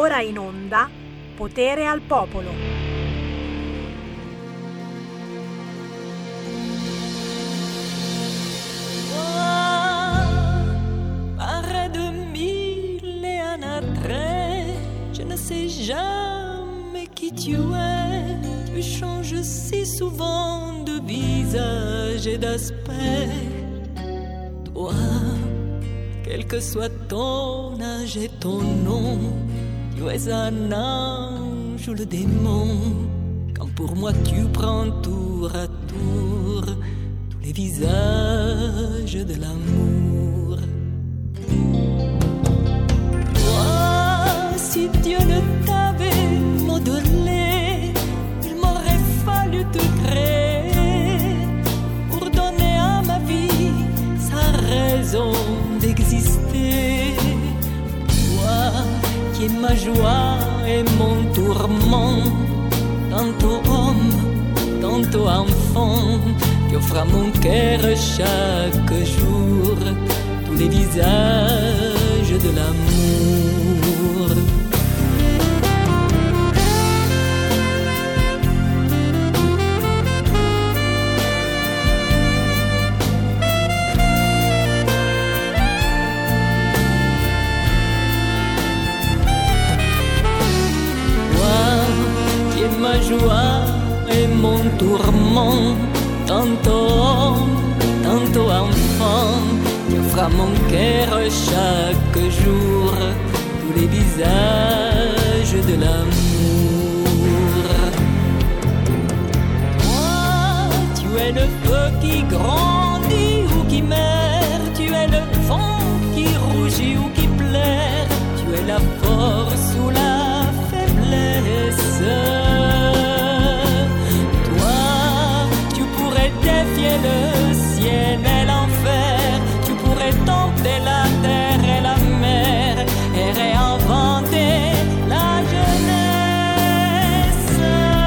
ora in onda Potere al Popolo. Par de mille et un attrait, je ne sais jamais qui tu es. Tu changes si souvent de visage et d'aspect. Toi, quel que soit ton âge et ton nom, tu es un ange ou le démon. Quand pour moi tu prends tour à tour tous les visages de l'amour. Toi, si Dieu ne t'avait modelé, il m'aurait fallu te créer pour donner à ma vie sa raison d'exister. Toi qui es ma joie et mon tourment, tantôt homme, tantôt enfant, qui offre à mon cœur chaque jour tous les visages de l'amour. Ma joie et mon tourment, tantôt homme, tantôt enfant, qui offre à mon cœur chaque jour tous les visages de l'amour. Toi, tu es le feu qui grandit ou qui meurt, tu es le vent qui rougit ou qui plaire, tu es la force ou la faiblesse. Défier le ciel et l'enfer, tu pourrais tenter la terre et la mer et réinventer la jeunesse.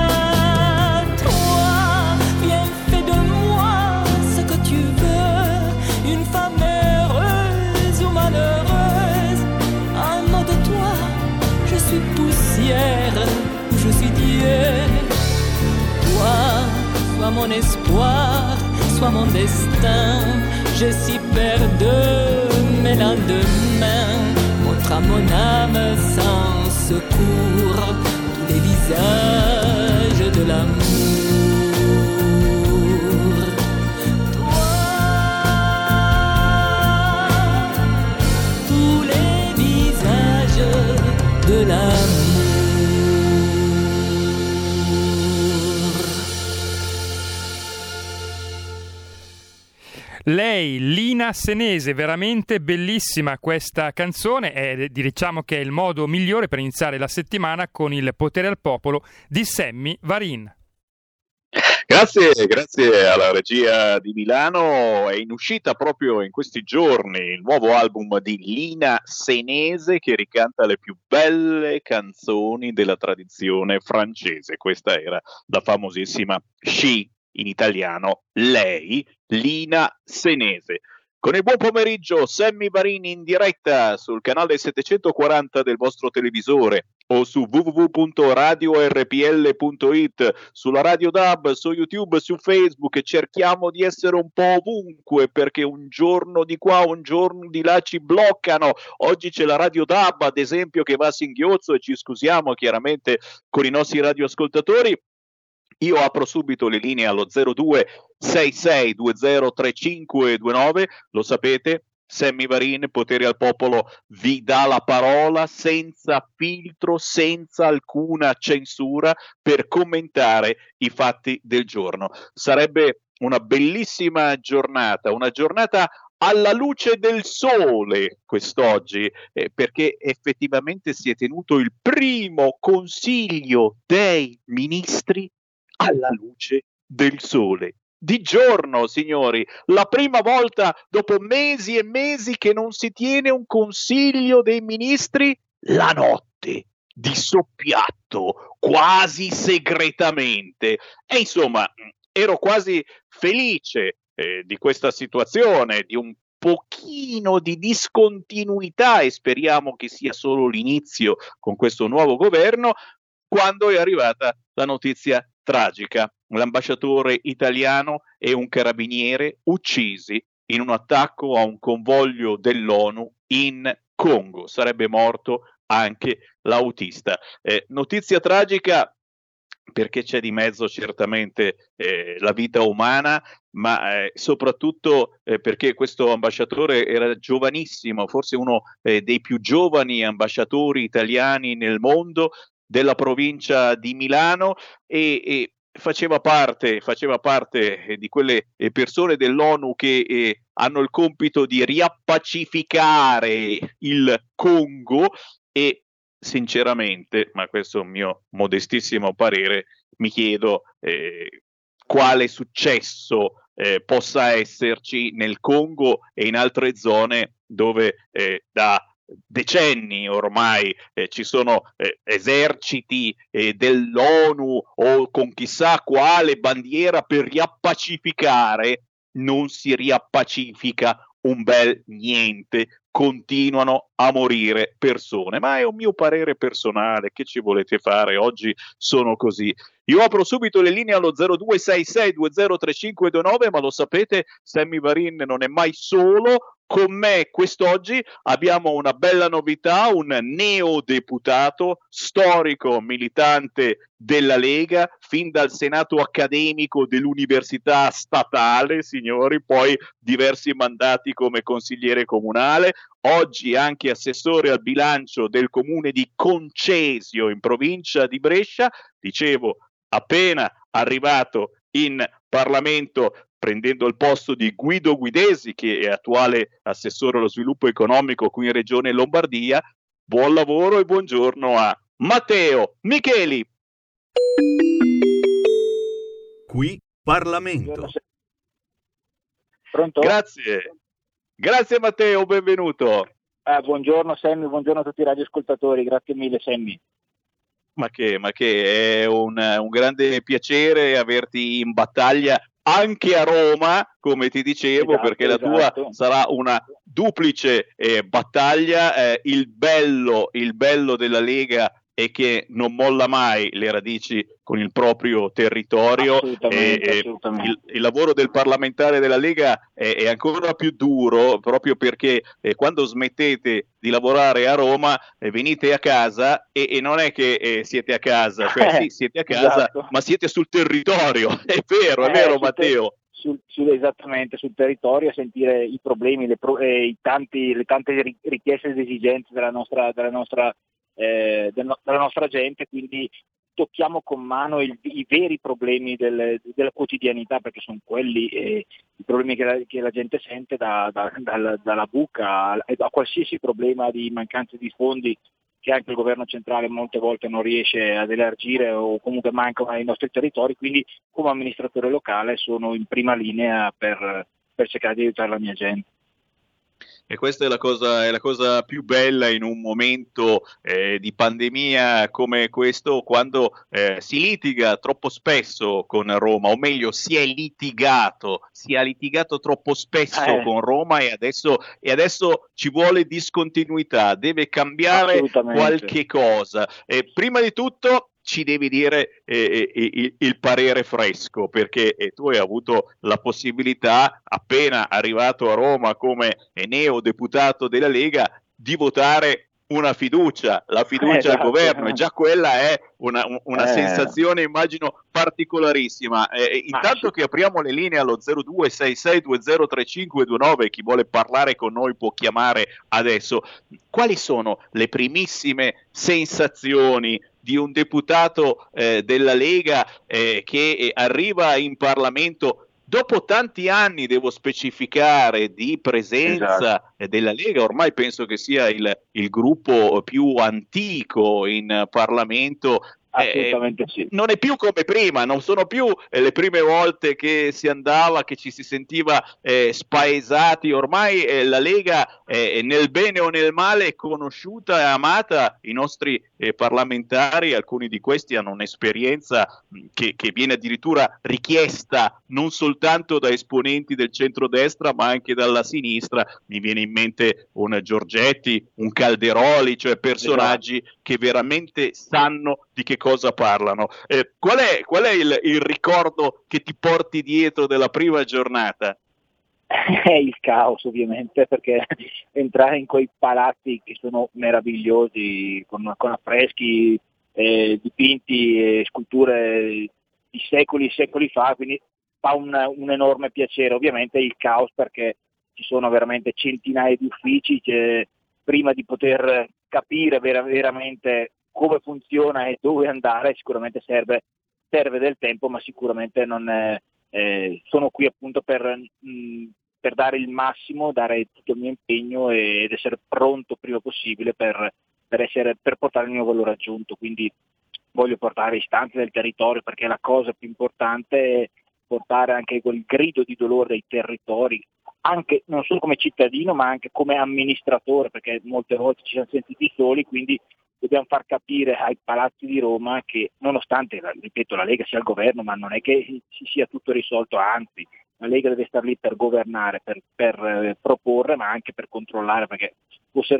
Toi, viens fais de moi ce que tu veux, une femme heureuse ou malheureuse. Un mot de toi, je suis poussière, je suis Dieu. Toi, sois mon espoir, sois mon destin. Je suis père de mes lendemains. Montre à mon âme sans secours tous les visages de l'amour. Toi, tous les visages de l'amour. Lei, Lina Senese, veramente bellissima questa canzone e diciamo che è il modo migliore per iniziare la settimana con il Potere al Popolo di Sammy Varin. Grazie alla regia di Milano. È in uscita proprio in questi giorni il nuovo album di Lina Senese che ricanta le più belle canzoni della tradizione francese. Questa era la famosissima She, in italiano lei, Lina Senese. Con il buon pomeriggio, Sammy Varin in diretta sul canale 740 del vostro televisore o su www.radiorpl.it, sulla Radio DAB, su YouTube, su Facebook. Cerchiamo di essere un po' ovunque perché un giorno di qua, un giorno di là ci bloccano. Oggi c'è la Radio DAB, ad esempio, che va a singhiozzo e ci scusiamo chiaramente con i nostri radioascoltatori. Io apro subito le linee allo 0266203529, lo sapete, Sammy Varin, Potere al Popolo, vi dà la parola senza filtro, senza alcuna censura per commentare i fatti del giorno. Sarebbe una bellissima giornata, una giornata alla luce del sole quest'oggi, perché effettivamente si è tenuto il primo Consiglio dei Ministri alla luce del sole. Di giorno, signori, la prima volta dopo mesi e mesi che non si tiene un Consiglio dei Ministri la notte, di soppiatto, quasi segretamente. E insomma, ero quasi felice di questa situazione, di un pochino di discontinuità, e speriamo che sia solo l'inizio con questo nuovo governo, quando è arrivata la notizia tragica: l'ambasciatore italiano e un carabiniere uccisi in un attacco a un convoglio dell'ONU in Congo. Sarebbe morto anche l'autista. Notizia tragica perché c'è di mezzo certamente la vita umana, ma soprattutto perché questo ambasciatore era giovanissimo, forse uno dei più giovani ambasciatori italiani nel mondo, della provincia di Milano, e faceva parte di quelle persone dell'ONU che hanno il compito di riappacificare il Congo. E sinceramente, ma questo è un mio modestissimo parere, mi chiedo quale successo possa esserci nel Congo e in altre zone dove da decenni ormai ci sono eserciti dell'ONU o con chissà quale bandiera per riappacificare. Non si riappacifica un bel niente, continuano a morire persone, ma è un mio parere personale, che ci volete fare? Oggi sono così. Io apro subito le linee allo 0266203529, ma lo sapete, Sammy Varin non è mai solo. Con me quest'oggi abbiamo una bella novità, un neodeputato, storico militante della Lega, fin dal senato accademico dell'università statale, signori, poi diversi mandati come consigliere comunale, oggi anche assessore al bilancio del comune di Concesio in provincia di Brescia. Dicevo, appena arrivato in Parlamento, prendendo il posto di Guido Guidesi, che è attuale assessore allo sviluppo economico qui in Regione Lombardia. Buon lavoro e buongiorno a Matteo Micheli. Qui Parlamento. Pronto? Grazie Matteo, benvenuto. Buongiorno Sammy, buongiorno a tutti i radioascoltatori, grazie mille Sammy. Ma che è un grande piacere averti in battaglia anche a Roma, come ti dicevo, esatto, perché la tua sarà una duplice battaglia. Il bello della Lega è che non molla mai le radici con il proprio territorio. Assolutamente. Il lavoro del parlamentare della Lega è ancora più duro, proprio perché quando smettete di lavorare a Roma venite a casa e non è che siete a casa, cioè sì, siete a casa, esatto, ma siete sul territorio. È vero Matteo? Esattamente, sul territorio, a sentire i problemi, le tante richieste ed esigenze della nostra gente, quindi tocchiamo con mano i veri problemi della quotidianità, perché sono quelli i problemi che la gente sente dalla buca a qualsiasi problema di mancanza di fondi che anche il governo centrale molte volte non riesce ad elargire o comunque mancano ai nostri territori. Quindi come amministratore locale sono in prima linea per cercare di aiutare la mia gente. E questa è la cosa più bella in un momento di pandemia come questo, quando si litiga troppo spesso con Roma, o meglio si ha litigato troppo spesso con Roma, e adesso ci vuole discontinuità, deve cambiare qualche cosa. Prima di tutto ci devi dire il parere fresco, perché tu hai avuto la possibilità, appena arrivato a Roma come neodeputato della Lega, di votare una fiducia, la fiducia al governo, e già quella è una sensazione, immagino, particolarissima. Intanto che apriamo le linee allo 0266203529, chi vuole parlare con noi può chiamare adesso. Quali sono le primissime sensazioni di un deputato della Lega che arriva in Parlamento dopo tanti anni, devo specificare, di presenza della Lega? Ormai penso che sia il gruppo più antico in Parlamento Assolutamente sì. Non è più come prima, non sono più le prime volte che si andava, che ci si sentiva spaesati. Ormai la Lega nel bene o nel male è conosciuta e amata. I nostri parlamentari, alcuni di questi hanno un'esperienza che viene addirittura richiesta non soltanto da esponenti del centrodestra ma anche dalla sinistra. Mi viene in mente un Giorgetti, un Calderoli, cioè personaggi che veramente sanno di che cosa parlano. Qual è il ricordo che ti porti dietro della prima giornata? È il caos, ovviamente, perché entrare in quei palazzi che sono meravigliosi, con affreschi, dipinti, sculture di secoli e secoli fa, quindi fa un enorme piacere. Ovviamente il caos, perché ci sono veramente centinaia di uffici che prima di poter capire veramente come funziona e dove andare sicuramente serve del tempo, ma sicuramente non sono qui appunto per dare il massimo, dare tutto il mio impegno ed essere pronto prima possibile per portare il mio valore aggiunto. Quindi voglio portare istanze del territorio, perché la cosa più importante è portare anche quel grido di dolore dei territori, anche non solo come cittadino ma anche come amministratore, perché molte volte ci siamo sentiti soli, quindi dobbiamo far capire ai palazzi di Roma che, nonostante, ripeto, la Lega sia al governo, ma non è che si sia tutto risolto, anzi la Lega deve stare lì per governare, per proporre, ma anche per controllare, perché fosse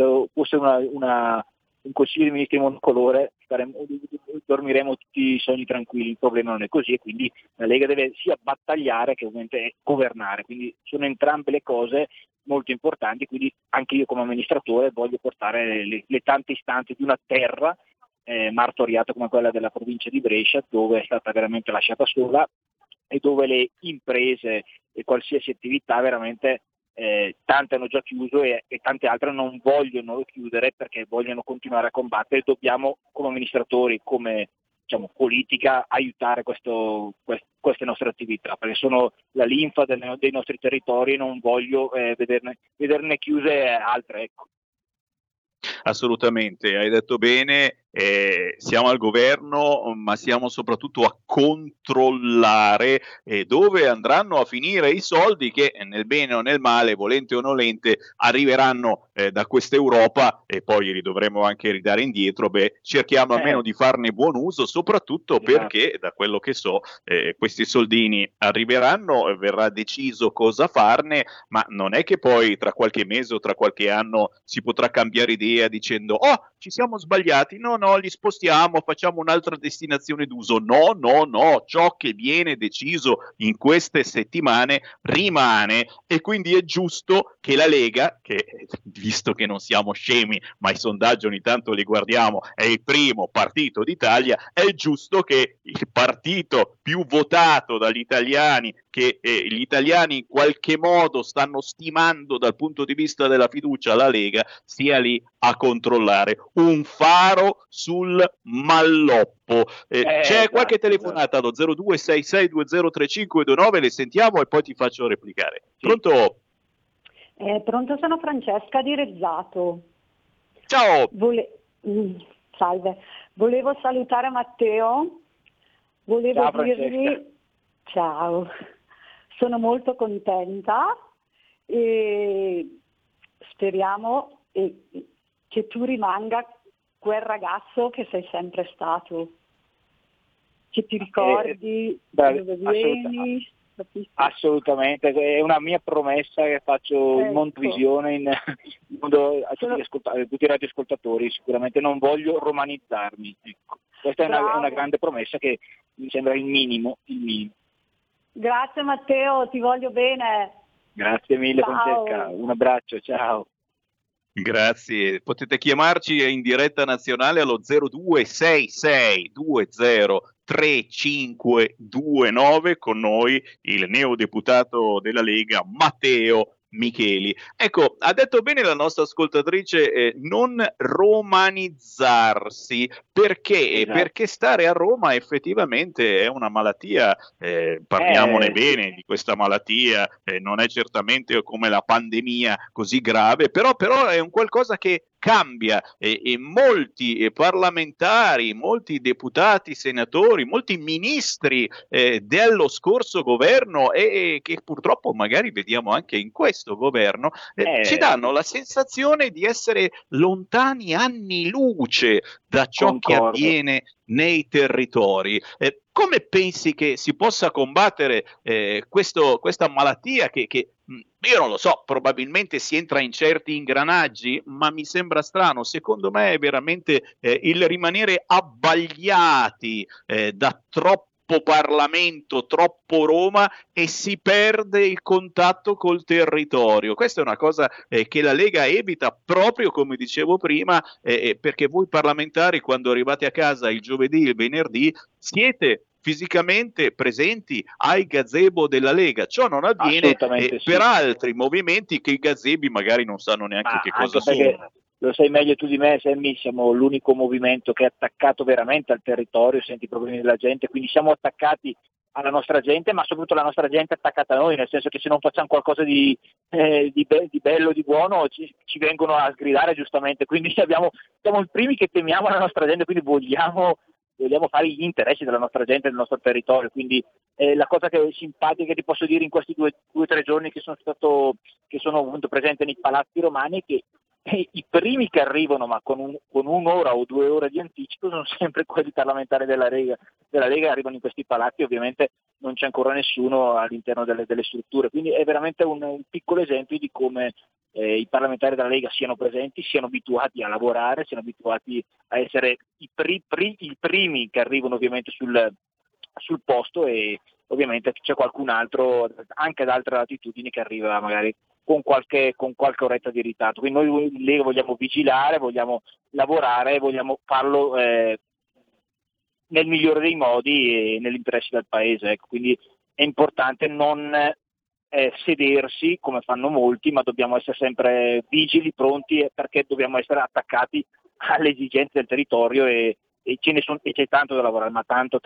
un consiglio di ministri monocolore dormiremo tutti i sogni tranquilli. Il problema non è così, e quindi la Lega deve sia battagliare che ovviamente governare, quindi sono entrambe le cose molto importanti. Quindi anche io come amministratore voglio portare le tante istanze di una terra martoriata come quella della provincia di Brescia, dove è stata veramente lasciata sola e dove le imprese e qualsiasi attività veramente tante hanno già chiuso e tante altre non vogliono chiudere perché vogliono continuare a combattere. Dobbiamo, come amministratori, come politica, aiutare queste nostre attività, perché sono la linfa dei nostri territori e non voglio vederne chiuse altre. Ecco. Assolutamente, hai detto bene, siamo al governo, ma siamo soprattutto a controllare dove andranno a finire i soldi che nel bene o nel male, volente o nolente, arriveranno da questa Europa e poi li dovremo anche ridare indietro. Cerchiamo almeno di farne buon uso, soprattutto perché, da quello che so, questi soldini arriveranno, verrà deciso cosa farne, ma non è che poi tra qualche mese o tra qualche anno si potrà cambiare idea dicendo ci siamo sbagliati, no, li spostiamo, facciamo un'altra destinazione d'uso. No, ciò che viene deciso in queste settimane rimane, e quindi è giusto che la Lega, che visto che non siamo scemi ma i sondaggi ogni tanto li guardiamo, è il primo partito d'Italia, è giusto che il partito più votato dagli italiani, che gli italiani in qualche modo stanno stimando dal punto di vista della fiducia alla Lega, sia lì a controllare. Un faro sul malloppo. C'è qualche telefonata allo 0266203529, le sentiamo e poi ti faccio replicare. Sì. Pronto? Pronto, sono Francesca di Rezzato. Ciao. Salve. Volevo salutare Matteo. Volevo dirgli ciao. Sono molto contenta e speriamo che tu rimanga quel ragazzo che sei sempre stato, che ti ricordi dove vieni. Assolutamente, è una mia promessa che faccio in Mondovisione, in mondo a tutti i radioascoltatori. Sicuramente non voglio romanizzarmi, ecco. Questa è una grande promessa che mi sembra il minimo. Grazie Matteo, ti voglio bene. Grazie mille. Ciao. Francesca, un abbraccio, ciao. Grazie, potete chiamarci in diretta nazionale allo 0266203529, con noi il neodeputato della Lega Matteo Micheli. Ecco, ha detto bene la nostra ascoltatrice, non romanizzarsi, perché? Esatto. Perché stare a Roma effettivamente è una malattia, parliamone bene di questa malattia, non è certamente come la pandemia così grave, però è un qualcosa che cambia e molti parlamentari, molti deputati, senatori, molti ministri dello scorso governo e che purtroppo magari vediamo anche in questo governo, ci danno la sensazione di essere lontani anni luce da ciò che avviene nei territori. Come pensi che si possa combattere questa malattia che io non lo so, probabilmente si entra in certi ingranaggi, ma mi sembra strano, secondo me è veramente il rimanere abbagliati da troppo Parlamento, troppo Roma e si perde il contatto col territorio. Questa è una cosa che la Lega evita proprio come dicevo prima, perché voi parlamentari quando arrivate a casa il giovedì, il venerdì, siete fisicamente presenti ai gazebo della Lega. Ciò non avviene per altri movimenti che i gazebi magari non sanno neanche che cosa sono. Lo sai meglio tu di me, Sammy, siamo l'unico movimento che è attaccato veramente al territorio, senti i problemi della gente, quindi siamo attaccati alla nostra gente, ma soprattutto la nostra gente è attaccata a noi, nel senso che se non facciamo qualcosa di bello, di buono, ci vengono a sgridare giustamente, quindi siamo i primi che temiamo la nostra gente, quindi vogliamo fare gli interessi della nostra gente, del nostro territorio, quindi la cosa che è simpatica che ti posso dire in questi 2 o 3 giorni che sono appunto presente nei palazzi romani è che i primi che arrivano, ma con un'ora o 2 ore di anticipo, sono sempre quelli parlamentari della Lega, arrivano in questi palazzi, ovviamente non c'è ancora nessuno all'interno delle strutture, quindi è veramente un piccolo esempio di come i parlamentari della Lega siano presenti, siano abituati a lavorare, siano abituati a essere i primi che arrivano ovviamente sul posto, e ovviamente c'è qualcun altro anche da altre latitudini che arriva magari con qualche oretta di ritardo. Quindi noi in Lega vogliamo vigilare, vogliamo lavorare, vogliamo farlo nel migliore dei modi e nell'interesse del paese. Ecco. Quindi è importante non sedersi come fanno molti, ma dobbiamo essere sempre vigili, pronti, perché dobbiamo essere attaccati alle esigenze del territorio e c'è tanto da lavorare, ma tanto.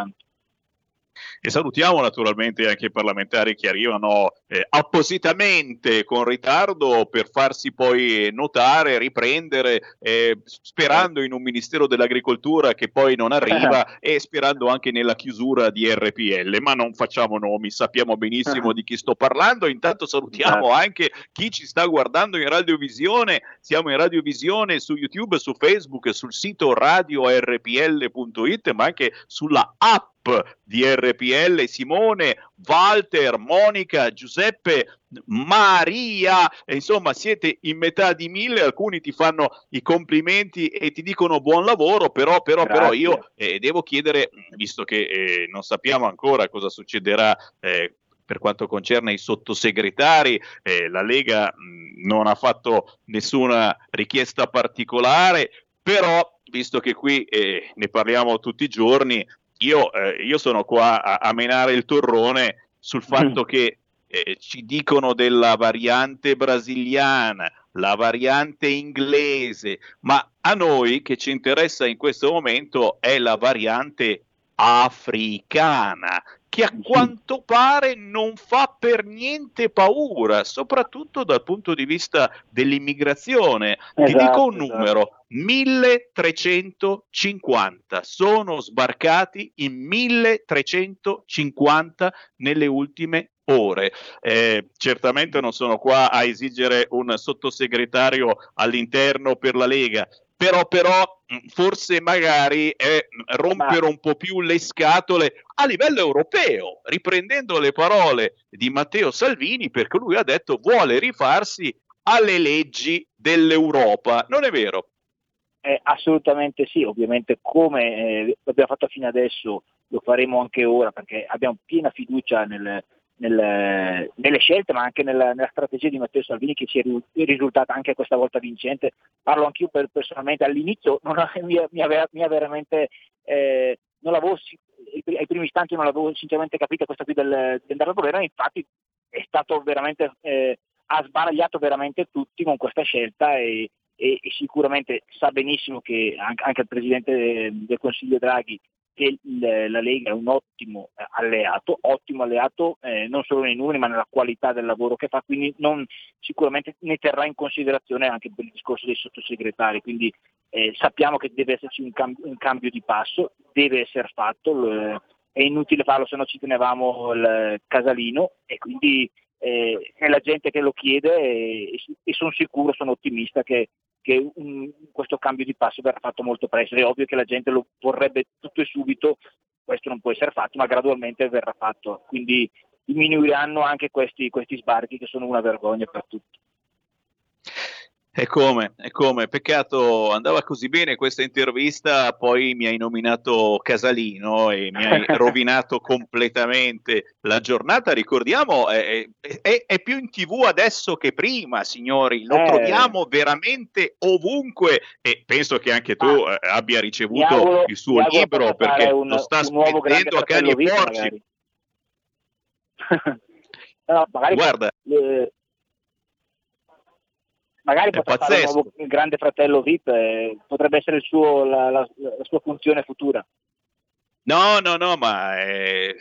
E salutiamo naturalmente anche i parlamentari che arrivano appositamente con ritardo per farsi poi notare, riprendere, sperando in un Ministero dell'Agricoltura che poi non arriva e sperando anche nella chiusura di RPL, ma non facciamo nomi, sappiamo benissimo di chi sto parlando. Intanto salutiamo anche chi ci sta guardando in radiovisione, siamo in radiovisione su YouTube, su Facebook, sul sito radiorpl.it, ma anche sulla app di RPL. Simone, Walter, Monica, Giuseppe, Maria, insomma siete in metà di 1000, alcuni ti fanno i complimenti e ti dicono buon lavoro, però io devo chiedere, visto che non sappiamo ancora cosa succederà per quanto concerne i sottosegretari, la Lega non ha fatto nessuna richiesta particolare, però visto che qui ne parliamo tutti i giorni, io sono qua a menare il torrone sul fatto che ci dicono della variante brasiliana, la variante inglese, ma a noi che ci interessa in questo momento è la variante africana, che a quanto pare non fa per niente paura, soprattutto dal punto di vista dell'immigrazione. Ti dico un numero: 1350 sono sbarcati in 1350 nelle ultime ore. Certamente non sono qua a esigere un sottosegretario all'interno per la Lega, però forse magari è rompere un po' più le scatole a livello europeo, riprendendo le parole di Matteo Salvini, perché lui ha detto vuole rifarsi alle leggi dell'Europa, non è vero? Assolutamente sì, ovviamente come l'abbiamo fatto fino adesso lo faremo anche ora, perché abbiamo piena fiducia nelle scelte, ma anche nella strategia di Matteo Salvini, che ci è risultata anche questa volta vincente. Parlo anch'io personalmente, all'inizio mi aveva veramente non l'avevo, ai primi istanti non l'avevo sinceramente capita questa qui del andare al governo, infatti è stato veramente ha sbaragliato veramente tutti con questa scelta e sicuramente sa benissimo che anche il Presidente del Consiglio Draghi che la Lega è un ottimo alleato non solo nei numeri ma nella qualità del lavoro che fa, quindi sicuramente ne terrà in considerazione anche per il discorso dei sottosegretari, quindi sappiamo che deve esserci un cambio di passo, deve essere fatto, è inutile farlo se no ci tenevamo il Casalino, e quindi è la gente che lo chiede e sono sicuro, sono ottimista che questo cambio di passo verrà fatto molto presto. È ovvio che la gente lo vorrebbe tutto e subito, questo non può essere fatto, ma gradualmente verrà fatto, quindi diminuiranno anche questi sbarchi che sono una vergogna per tutti. E come, peccato, andava così bene questa intervista, poi mi hai nominato Casalino e mi hai rovinato completamente la giornata. Ricordiamo, è più in TV adesso che prima, signori, lo troviamo veramente ovunque, e penso che anche tu abbia ricevuto il suo libro, perché lo sta spedendo a cani e porci. No, magari guarda, magari potrà fare un nuovo Grande Fratello VIP, potrebbe essere la sua funzione futura. No, ma è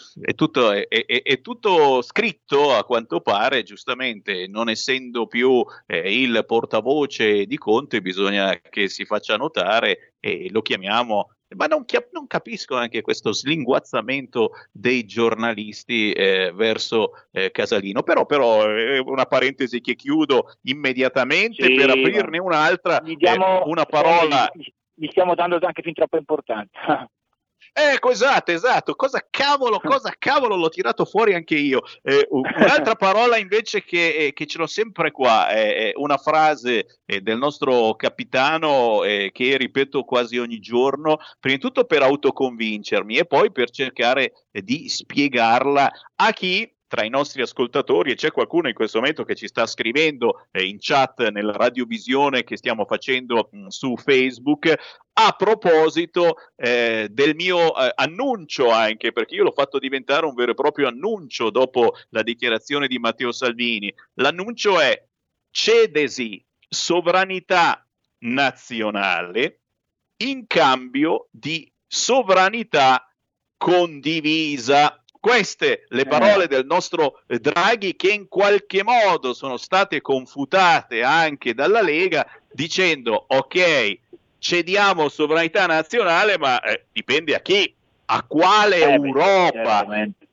tutto scritto, a quanto pare, giustamente, non essendo più il portavoce di Conte, bisogna che si faccia notare e lo chiamiamo. Ma non capisco anche questo slinguazzamento dei giornalisti verso Casalino, però una parentesi che chiudo immediatamente per aprirne un'altra, una parola. Gli stiamo dando anche fin troppa importanza. Esatto, cosa cavolo l'ho tirato fuori anche io. Un'altra parola invece che ce l'ho sempre qua, è una frase del nostro capitano che ripeto quasi ogni giorno, prima di tutto per autoconvincermi e poi per cercare di spiegarla a chi tra i nostri ascoltatori, e c'è qualcuno in questo momento che ci sta scrivendo in chat nella radiovisione che stiamo facendo su Facebook, a proposito del mio annuncio, anche perché io l'ho fatto diventare un vero e proprio annuncio dopo la dichiarazione di Matteo Salvini. L'annuncio è: cedesi sovranità nazionale in cambio di sovranità condivisa. Queste le parole del nostro Draghi, che in qualche modo sono state confutate anche dalla Lega, dicendo ok, cediamo sovranità nazionale, ma dipende a chi, a quale Europa.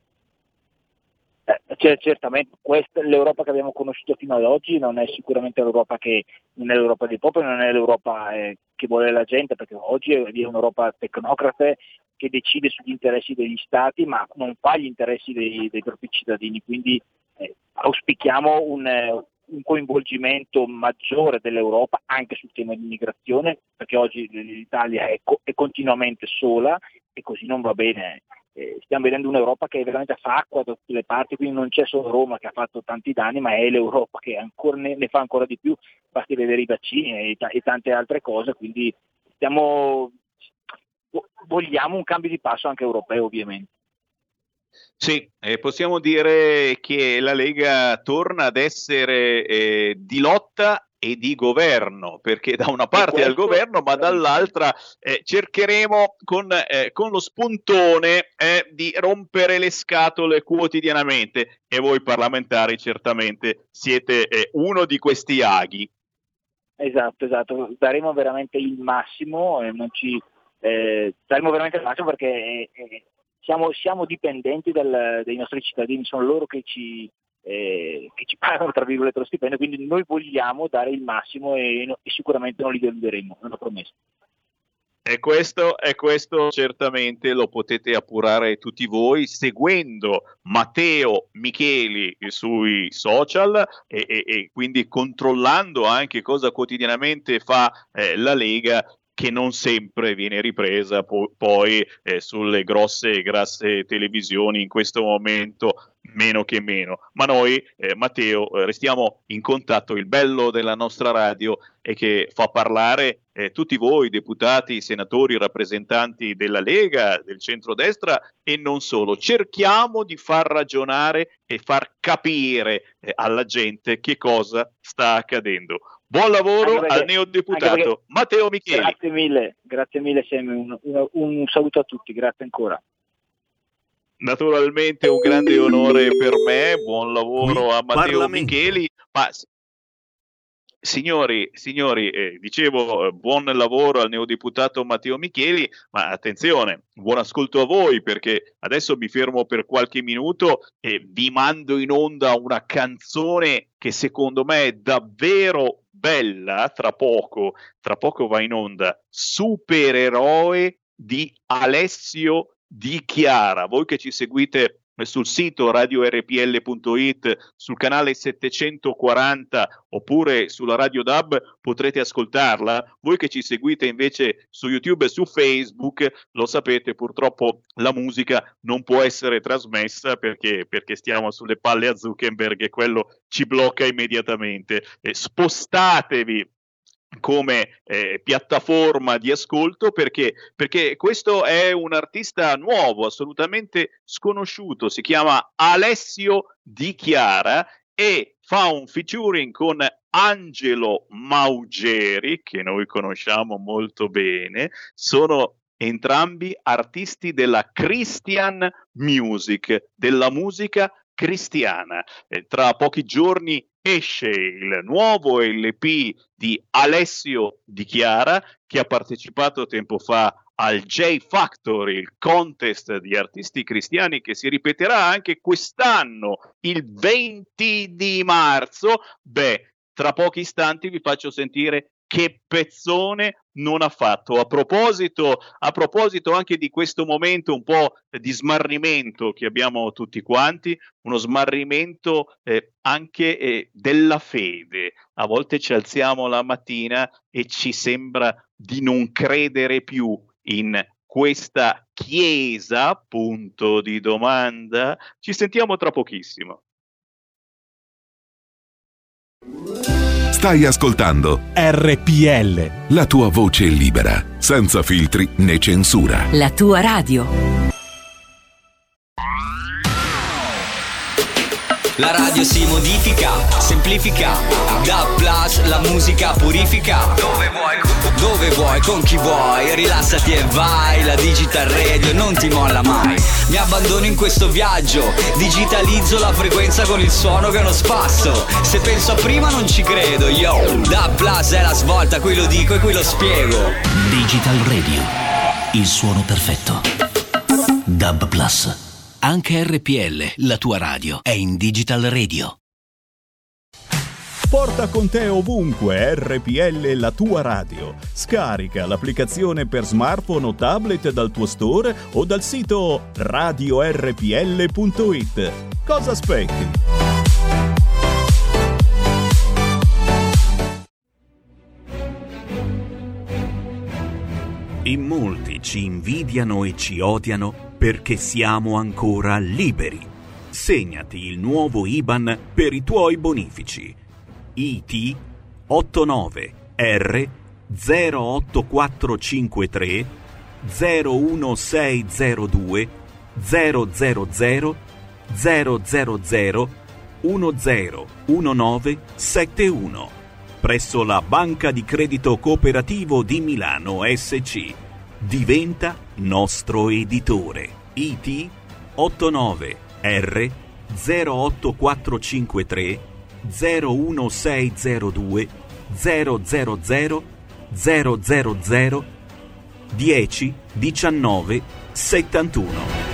Certamente questa, l'Europa che abbiamo conosciuto fino ad oggi non è sicuramente l'Europa non è l'Europa dei popoli, non è l'Europa che vuole la gente, perché oggi è un'Europa tecnocrate che decide sugli interessi degli stati ma non fa gli interessi dei propri cittadini, quindi auspichiamo un coinvolgimento maggiore dell'Europa anche sul tema dell'immigrazione, perché oggi l'Italia è continuamente sola e così non va bene. Stiamo vedendo un'Europa che veramente fa acqua da tutte le parti, quindi non c'è solo Roma che ha fatto tanti danni, ma è l'Europa che ancora ne fa ancora di più, basti vedere i vaccini e tante altre cose, quindi vogliamo un cambio di passo anche europeo, ovviamente. Sì, possiamo dire che la Lega torna ad essere di lotta e di governo, perché da una parte al governo, ma dall'altra cercheremo con lo spuntone di rompere le scatole quotidianamente, e voi parlamentari certamente siete uno di questi aghi. Esatto, daremo veramente il massimo, daremo veramente il massimo perché siamo dipendenti dei nostri cittadini, sono loro che ci pagano tra virgolette lo stipendio, quindi noi vogliamo dare il massimo e sicuramente non li deluderemo, è una promessa. E questo certamente lo potete appurare tutti voi seguendo Matteo Micheli sui social e quindi controllando anche cosa quotidianamente fa la Lega, che non sempre viene ripresa poi sulle grosse e grasse televisioni in questo momento, meno che meno. Ma noi, Matteo, restiamo in contatto. Il bello della nostra radio è che fa parlare tutti voi, deputati, senatori, rappresentanti della Lega, del centrodestra e non solo. Cerchiamo di far ragionare e far capire alla gente che cosa sta accadendo. Buon lavoro al neodeputato Matteo Micheli. Grazie mille Sammy, un saluto a tutti, grazie ancora. Naturalmente un grande onore per me, buon lavoro a Matteo Micheli. Ma signori, dicevo buon lavoro al neodeputato Matteo Micheli, ma attenzione, buon ascolto a voi, perché adesso mi fermo per qualche minuto e vi mando in onda una canzone che secondo me è davvero bella. Tra poco va in onda Supereroe di Alessio Di Chiara. Voi che ci seguite sul sito radiorpl.it, sul canale 740 oppure sulla Radio DAB potrete ascoltarla. Voi che ci seguite invece su YouTube e su Facebook, lo sapete, purtroppo la musica non può essere trasmessa perché stiamo sulle palle a Zuckerberg e quello ci blocca immediatamente. Spostatevi come piattaforma di ascolto perché questo è un artista nuovo, assolutamente sconosciuto, si chiama Alessio Di Chiara e fa un featuring con Angelo Maugeri, che noi conosciamo molto bene. Sono entrambi artisti della Christian Music, della musica cristiana. Tra pochi giorni esce il nuovo LP di Alessio Di Chiara, che ha partecipato tempo fa al J Factory, il contest di artisti cristiani che si ripeterà anche quest'anno, il 20 di marzo. Tra pochi istanti vi faccio sentire che pezzone non ha fatto. A proposito anche di questo momento un po' di smarrimento che abbiamo tutti quanti, uno smarrimento anche della fede. A volte ci alziamo la mattina e ci sembra di non credere più in questa chiesa, punto di domanda. Ci sentiamo tra pochissimo. Stai ascoltando RPL, la tua voce libera, senza filtri né censura. La tua radio. La radio si modifica, semplifica, da plus la musica purifica. Dove vuoi, con chi vuoi, rilassati e vai. La Digital Radio non ti molla mai. Mi abbandono in questo viaggio, digitalizzo la frequenza con il suono che è uno spasso. Se penso a prima non ci credo, yo. Da plus è la svolta, qui lo dico e qui lo spiego. Digital Radio, il suono perfetto. DAB Plus. Anche RPL, la tua radio, è in Digital Radio. Porta con te ovunque RPL, la tua radio. Scarica l'applicazione per smartphone o tablet dal tuo store o dal sito radiorpl.it. Cosa aspetti? In molti ci invidiano e ci odiano perché siamo ancora liberi. Segnati il nuovo IBAN per i tuoi bonifici. IT 89 R 08453 01602 000 000 101971 presso la Banca di Credito Cooperativo di Milano SC. Diventa nostro editore. IT 89 R 08453 01602 000 000 10 19 71.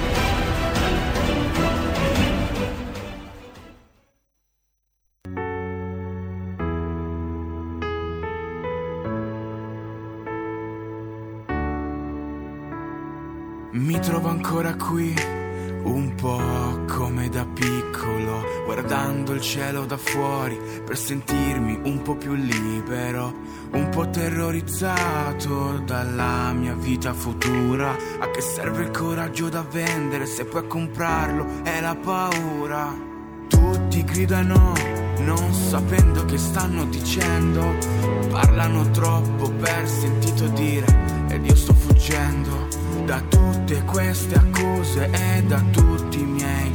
Mi trovo ancora qui, un po' come da piccolo, guardando il cielo da fuori per sentirmi un po' più libero, un po' terrorizzato dalla mia vita futura. A che serve il coraggio da vendere se puoi comprarlo? È la paura. Tutti gridano, non sapendo che stanno dicendo, parlano troppo per sentito dire ed io sto fuggendo da tutte queste accuse e da tutti i miei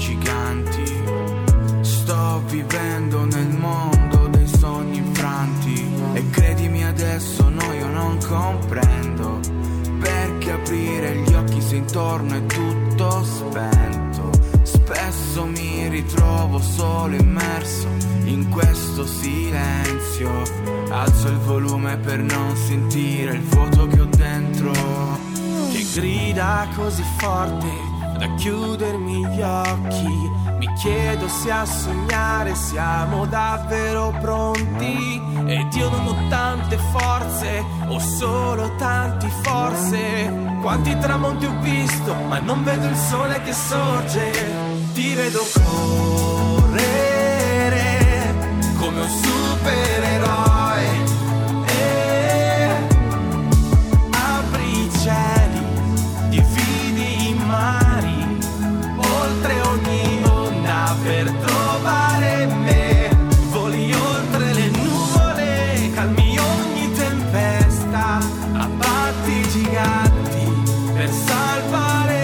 giganti. Sto vivendo nel mondo dei sogni infranti e adesso no, io non comprendo perché aprire gli occhi se intorno è tutto spento. Spesso mi ritrovo solo immerso in questo silenzio. Alzo il volume per non sentire il vuoto che ho dentro, che grida così forte da chiudermi gli occhi. Mi chiedo se a sognare siamo davvero pronti. Ed io non ho tante forze, ho solo tanti forse. Quanti tramonti ho visto, ma non vedo il sole che sorge. Ti vedo correre come un supereroe, apri i cieli, dividi i mari, oltre ogni onda per trovare me. Voli oltre le nuvole, calmi ogni tempesta, abbatti i giganti per salvare.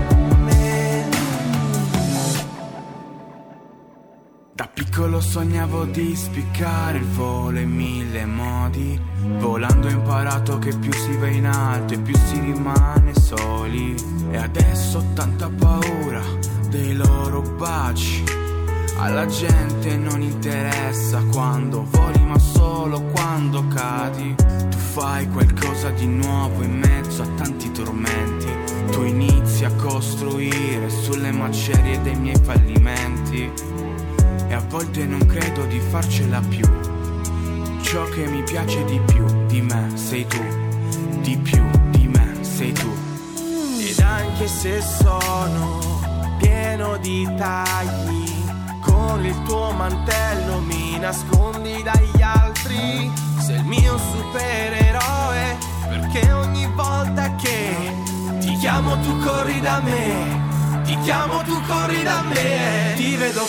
Da piccolo sognavo di spiccare il volo in 1000 modi. Volando ho imparato che più si va in alto e più si rimane soli. E adesso ho tanta paura dei loro baci. Alla gente non interessa quando voli, ma solo quando cadi. Tu fai qualcosa di nuovo in mezzo a tanti tormenti. Tu inizi a costruire sulle macerie dei miei fallimenti. E a volte non credo di farcela più. Ciò che mi piace di più di me sei tu, di più di me sei tu. Ed anche se sono pieno di tagli, con il tuo mantello mi nascondi dagli altri. Sei il mio supereroe, perché ogni volta che ti chiamo tu corri da me. Ti chiamo, tu corri da me. Ti vedo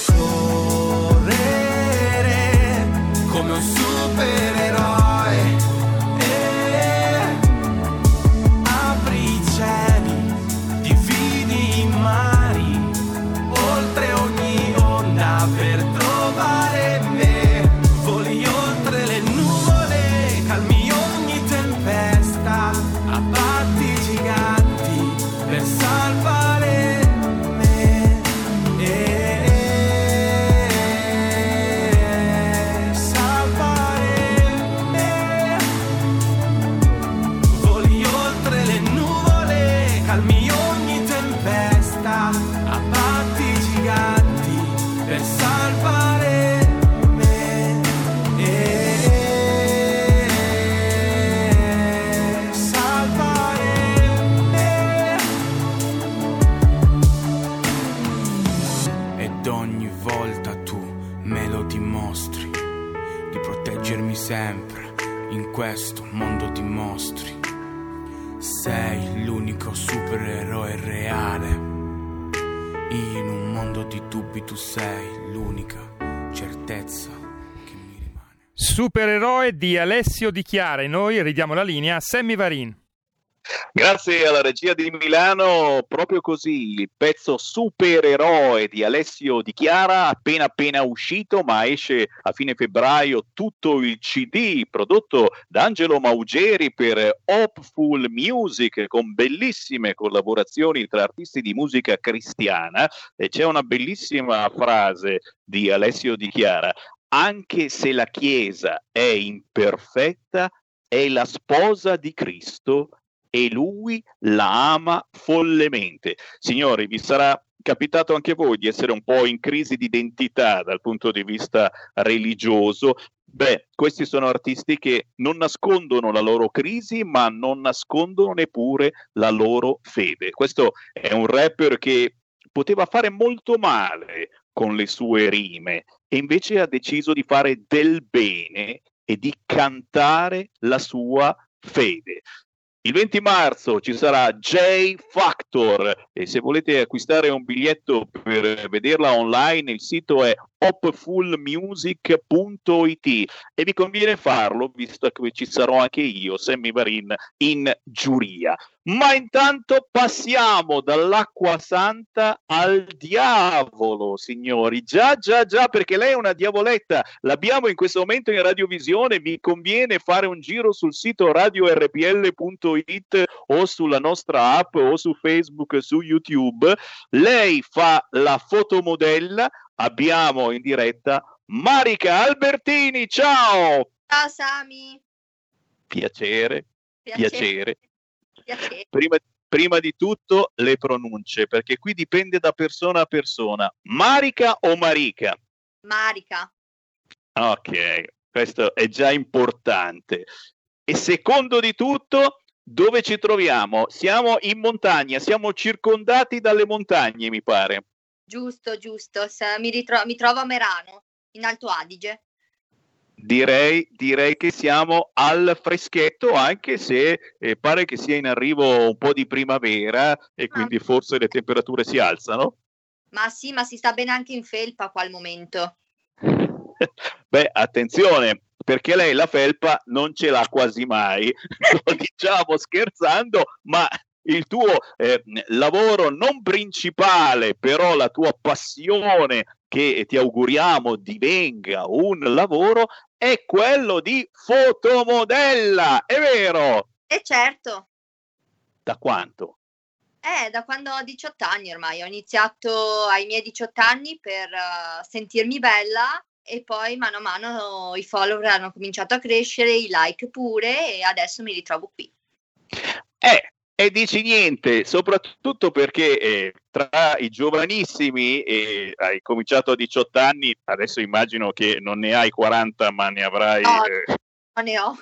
correre come un supereroe, apri i cieli, dividi i mari, oltre ogni onda per trovare me. Voli oltre le nuvole, calmi ogni tempesta, abbatti i giganti per salvare. Sempre in questo mondo di mostri sei l'unico supereroe reale. In un mondo di dubbi tu sei l'unica certezza che mi rimane. Supereroe di Alessio Di Chiara, e noi ridiamo la linea a Sammy Varin. Grazie alla regia di Milano, proprio così, il pezzo Supereroe di Alessio Di Chiara, appena uscito, ma esce a fine febbraio tutto il CD prodotto da Angelo Maugeri per Hopeful Music, con bellissime collaborazioni tra artisti di musica cristiana. E c'è una bellissima frase di Alessio Di Chiara: anche se la Chiesa è imperfetta, è la sposa di Cristo e lui la ama follemente. Signori, vi sarà capitato anche a voi di essere un po' in crisi di identità dal punto di vista religioso? Beh, questi sono artisti che non nascondono la loro crisi, ma non nascondono neppure la loro fede. Questo è un rapper che poteva fare molto male con le sue rime e invece ha deciso di fare del bene e di cantare la sua fede. Il 20 marzo ci sarà J Factor e se volete acquistare un biglietto per vederla online il sito è hopefulmusic.it e vi conviene farlo visto che ci sarò anche io, Sammy Varin, in giuria. Ma intanto passiamo dall'acqua santa al diavolo, signori. Già, perché lei è una diavoletta. L'abbiamo in questo momento in radiovisione. Vi conviene fare un giro sul sito radiorpl.it o sulla nostra app o su Facebook, su YouTube. Lei fa la fotomodella. Abbiamo in diretta Marica Albertini. Ciao! Ciao Sami. Piacere. Piacere. Prima di tutto le pronunce, perché qui dipende da persona a persona. Marica o Marica? Marica. Ok, questo è già importante. E secondo di tutto, dove ci troviamo? Siamo in montagna, siamo circondati dalle montagne, mi pare. Giusto. Mi trovo a Merano, in Alto Adige. Direi che siamo al freschetto, anche se pare che sia in arrivo un po' di primavera e quindi forse le temperature si alzano. Ma sì, ma si sta bene anche in felpa qua al momento. Beh, attenzione, perché lei la felpa non ce l'ha quasi mai, lo diciamo scherzando, ma il tuo lavoro non principale, però la tua passione che ti auguriamo divenga un lavoro, è quello di fotomodella, è vero? Certo. Da quanto? Da quando ho 18 anni ormai. Ho iniziato ai miei 18 anni per sentirmi bella e poi mano a mano i follower hanno cominciato a crescere, i like pure, e adesso mi ritrovo qui. E dici niente, soprattutto perché tra i giovanissimi hai cominciato a 18 anni, adesso immagino che non ne hai 40 ma ne avrai... No, ne ho.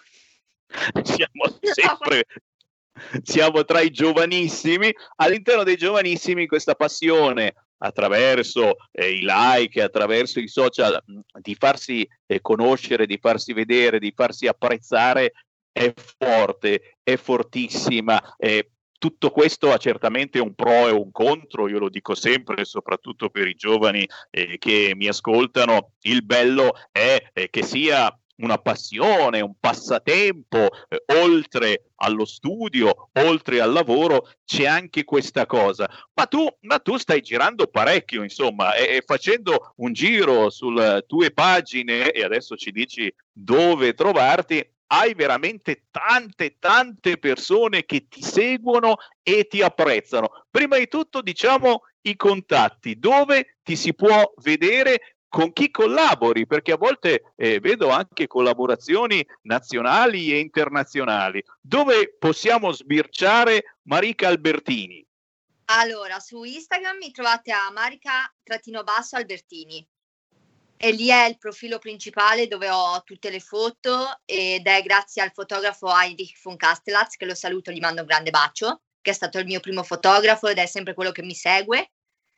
Siamo tra i giovanissimi, all'interno dei giovanissimi questa passione attraverso i like, attraverso i social, di farsi conoscere, di farsi vedere, di farsi apprezzare, è forte, è fortissima. Tutto questo ha certamente un pro e un contro, io lo dico sempre, soprattutto per i giovani che mi ascoltano. Il bello è che sia una passione, un passatempo, oltre allo studio, oltre al lavoro, c'è anche questa cosa. Ma tu stai girando parecchio, insomma, e facendo un giro sulle tue pagine, e adesso ci dici dove trovarti, hai veramente tante persone che ti seguono e ti apprezzano. Prima di tutto, diciamo, i contatti, dove ti si può vedere, con chi collabori, perché a volte vedo anche collaborazioni nazionali e internazionali. Dove possiamo sbirciare Marica Albertini? Allora, su Instagram mi trovate a Marica_Albertini. E lì è il profilo principale dove ho tutte le foto, ed è grazie al fotografo Heinrich von Castellatz, che lo saluto, gli mando un grande bacio, che è stato il mio primo fotografo ed è sempre quello che mi segue.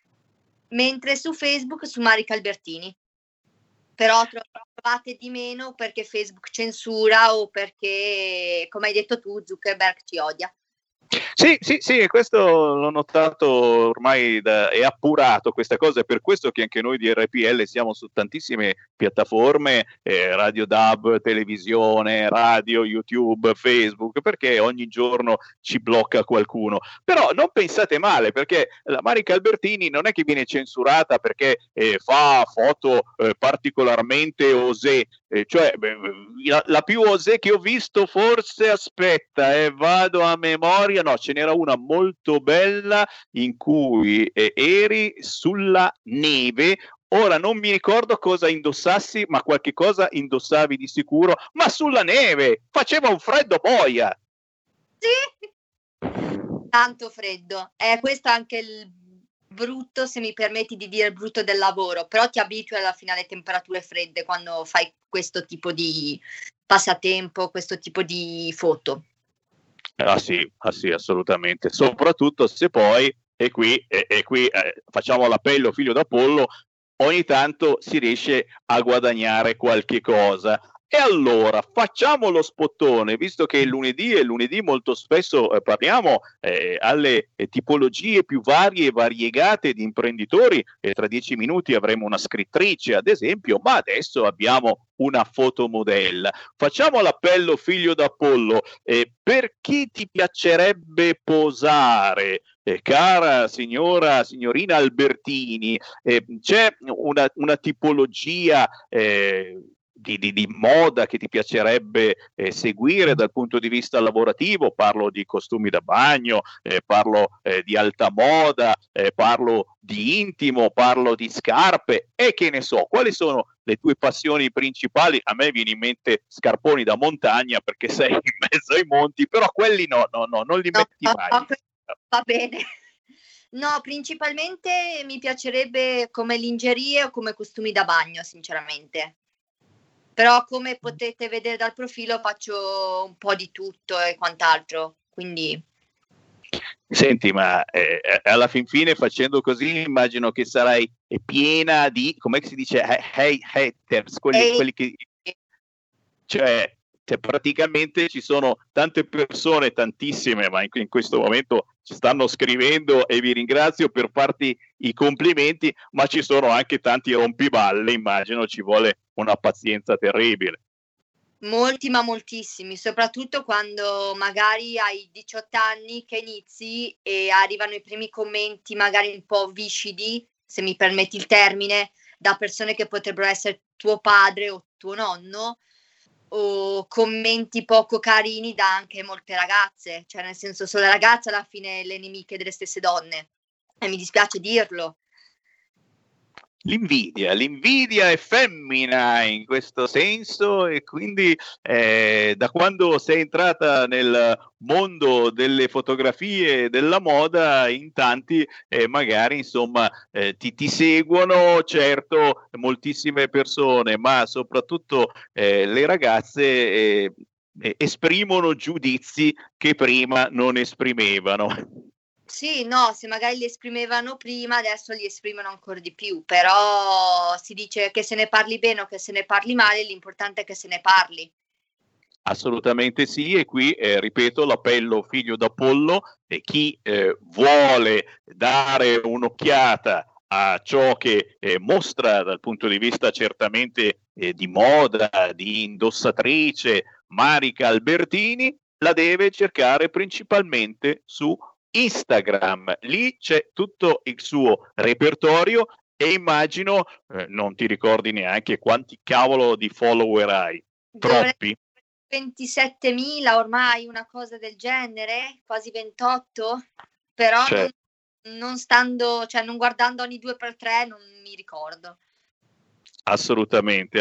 Mentre su Facebook su Marica Albertini. Però trovate di meno perché Facebook censura o perché, come hai detto tu, Zuckerberg ci odia. Sì, questo l'ho notato ormai, è appurato questa cosa, è per questo che anche noi di RPL siamo su tantissime piattaforme, Radio DAB, televisione, radio, YouTube, Facebook, perché ogni giorno ci blocca qualcuno. Però non pensate male, perché la Marica Albertini non è che viene censurata perché fa foto particolarmente osé, cioè la più osé che ho visto, forse, aspetta, vado a memoria, no, ce n'era una molto bella in cui eri sulla neve. Ora non mi ricordo cosa indossassi, ma qualche cosa indossavi di sicuro, ma sulla neve, faceva un freddo boia. Sì, tanto freddo. Questo è anche il brutto, se mi permetti di dire, il brutto del lavoro, però ti abitui alla fine alle temperature fredde quando fai questo tipo di passatempo, questo tipo di foto. Ah sì, assolutamente, soprattutto se poi, e qui facciamo l'appello figlio d'Apollo, ogni tanto si riesce a guadagnare qualche cosa. E allora facciamo lo spottone, visto che è lunedì molto spesso parliamo alle tipologie più varie e variegate di imprenditori, e tra 10 minuti avremo una scrittrice ad esempio, ma adesso abbiamo una fotomodella. Facciamo l'appello figlio d'Apollo, per chi ti piacerebbe posare? Cara signorina Albertini, c'è una tipologia di moda che ti piacerebbe seguire dal punto di vista lavorativo? Parlo di costumi da bagno, parlo di alta moda, parlo di intimo, parlo di scarpe e che ne so, quali sono le tue passioni principali? A me viene in mente scarponi da montagna perché sei in mezzo ai monti, però quelli no, non li metti mai. No, va bene. No, principalmente mi piacerebbe come lingerie o come costumi da bagno, sinceramente. Però come potete vedere dal profilo faccio un po' di tutto e quant'altro, quindi... Senti, ma alla fin fine facendo così immagino che sarai piena di, come si dice, haters, quelli che... Cioè praticamente ci sono tante persone, tantissime, ma in questo momento ci stanno scrivendo e vi ringrazio per farti i complimenti, ma ci sono anche tanti rompiballe, immagino ci vuole una pazienza terribile. Molti, ma moltissimi, soprattutto quando magari hai 18 anni che inizi e arrivano i primi commenti magari un po' viscidi, se mi permetti il termine, da persone che potrebbero essere tuo padre o tuo nonno, o commenti poco carini da anche molte ragazze, cioè nel senso sono le ragazze alla fine le nemiche delle stesse donne, e mi dispiace dirlo. L'invidia è femmina in questo senso, e quindi da quando sei entrata nel mondo delle fotografie e della moda in tanti magari insomma ti seguono, certo, moltissime persone, ma soprattutto le ragazze esprimono giudizi che prima non esprimevano. Sì, no, se magari li esprimevano prima, adesso li esprimono ancora di più, però si dice che se ne parli bene o che se ne parli male, l'importante è che se ne parli. Assolutamente sì, e qui ripeto l'appello figlio d'Apollo, e chi vuole dare un'occhiata a ciò che mostra dal punto di vista certamente di moda, di indossatrice Marica Albertini, la deve cercare principalmente su Instagram. Lì c'è tutto il suo repertorio e immagino non ti ricordi neanche quanti cavolo di follower hai. Troppi? 27.000 ormai, una cosa del genere, quasi 28, però non stando, cioè non guardando ogni 2x3 non mi ricordo. Assolutamente.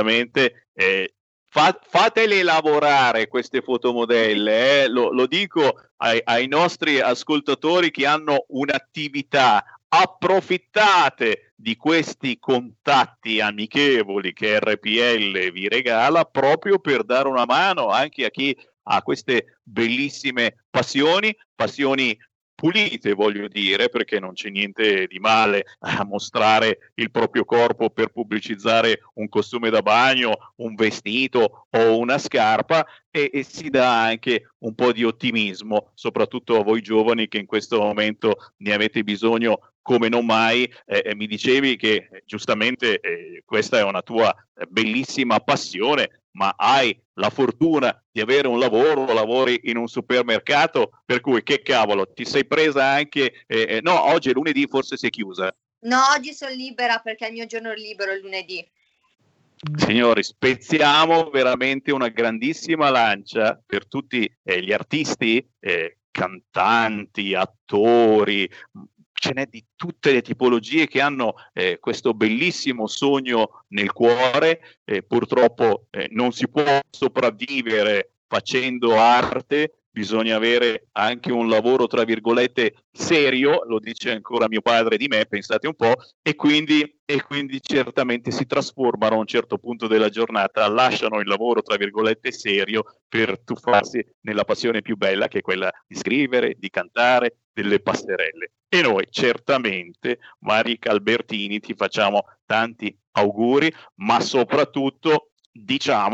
Fatele lavorare queste fotomodelle, lo dico ai nostri ascoltatori che hanno un'attività, approfittate di questi contatti amichevoli che RPL vi regala proprio per dare una mano anche a chi ha queste bellissime passioni pulite, voglio dire, perché non c'è niente di male a mostrare il proprio corpo per pubblicizzare un costume da bagno, un vestito o una scarpa, e si dà anche un po' di ottimismo, soprattutto a voi giovani che in questo momento ne avete bisogno come non mai. Mi dicevi che giustamente questa è una tua bellissima passione, ma hai la fortuna di avere un lavoro, lavori in un supermercato, per cui che cavolo, ti sei presa anche no, oggi è lunedì, forse sei chiusa. No, oggi sono libera perché è il mio giorno libero, il lunedì. Signori, spezziamo veramente una grandissima lancia per tutti gli artisti, cantanti, attori, ce n'è di tutte le tipologie che hanno questo bellissimo sogno nel cuore. Purtroppo non si può sopravvivere facendo arte, bisogna avere anche un lavoro tra virgolette serio, lo dice ancora mio padre di me, pensate un po', e quindi certamente si trasformano a un certo punto della giornata, lasciano il lavoro tra virgolette serio per tuffarsi nella passione più bella, che è quella di scrivere, di cantare, delle passerelle. E noi certamente, Marica Albertini, ti facciamo tanti auguri, ma soprattutto diciamo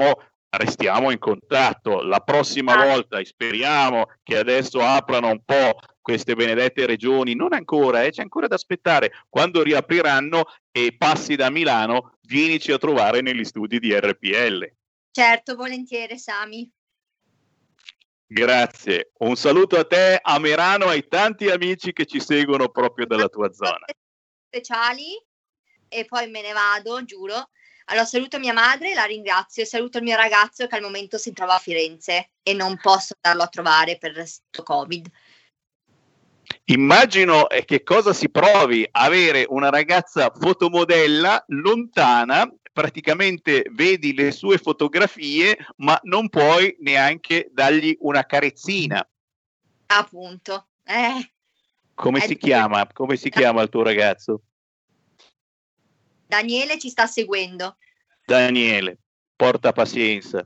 restiamo in contatto. La prossima volta, e speriamo che adesso aprano un po' queste benedette regioni, non ancora, c'è ancora da aspettare. Quando riapriranno e passi da Milano, vienici a trovare negli studi di RPL. Certo, volentieri, Sami. Grazie, un saluto a te, a Merano, ai tanti amici che ci seguono proprio dalla tua zona. Speciali, e poi me ne vado, giuro. Allora saluto mia madre, la ringrazio, e saluto il mio ragazzo che al momento si trova a Firenze e non posso andarlo a trovare per questo Covid. Immagino che cosa si provi avere una ragazza fotomodella lontana, praticamente vedi le sue fotografie, ma non puoi neanche dargli una carezzina. Appunto. Come si chiama? Come si chiama il tuo ragazzo? Daniele ci sta seguendo. Daniele, porta pazienza,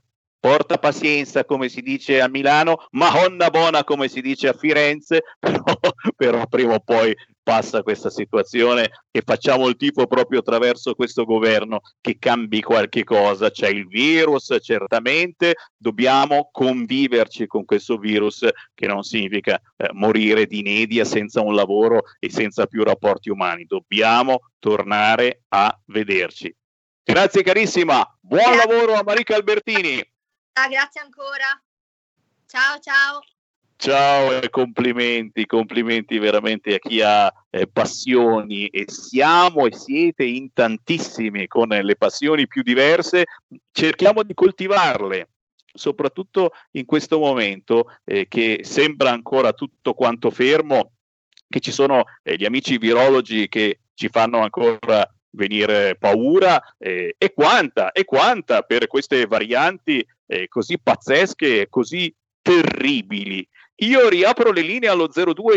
come si dice a Milano, Mahonna buona come si dice a Firenze, però prima o poi passa questa situazione e facciamo il tifo proprio attraverso questo governo che cambi qualche cosa. C'è il virus, certamente, dobbiamo conviverci con questo virus, che non significa morire di inedia senza un lavoro e senza più rapporti umani. Dobbiamo tornare a vederci. Grazie carissima, buon lavoro a Marica Albertini. Grazie ancora. Ciao ciao. Ciao e complimenti veramente a chi ha passioni, e siamo e siete in tantissimi con le passioni più diverse. Cerchiamo di coltivarle, soprattutto in questo momento che sembra ancora tutto quanto fermo, che ci sono gli amici virologi che ci fanno ancora venire paura, e quanta per queste varianti così pazzesche e così terribili. Io riapro le linee allo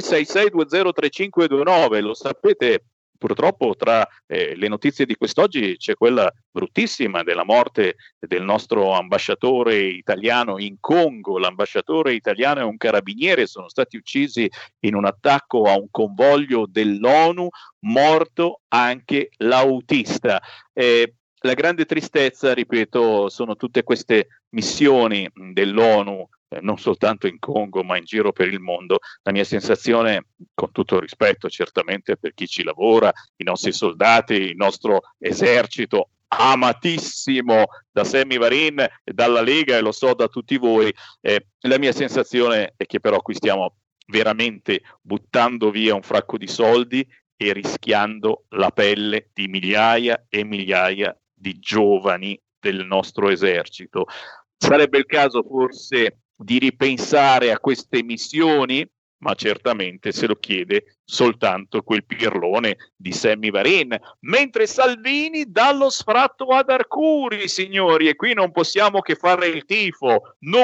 0266203529, lo sapete, purtroppo tra le notizie di quest'oggi c'è quella bruttissima della morte del nostro ambasciatore italiano in Congo. L'ambasciatore italiano e un carabiniere sono stati uccisi in un attacco a un convoglio dell'ONU, morto anche l'autista. La grande tristezza, ripeto, sono tutte queste missioni dell'ONU, non soltanto in Congo ma in giro per il mondo. La mia sensazione, con tutto il rispetto certamente per chi ci lavora, i nostri soldati, il nostro esercito amatissimo da Sammy Varin, dalla Lega, e lo so da tutti voi, la mia sensazione è che però qui stiamo veramente buttando via un fracco di soldi e rischiando la pelle di migliaia e migliaia di giovani del nostro esercito. Sarebbe il caso forse di ripensare a queste missioni, ma certamente se lo chiede soltanto quel pirlone di Sammy Varin, mentre Salvini dà lo sfratto ad Arcuri, signori, e qui non possiamo che fare il tifo,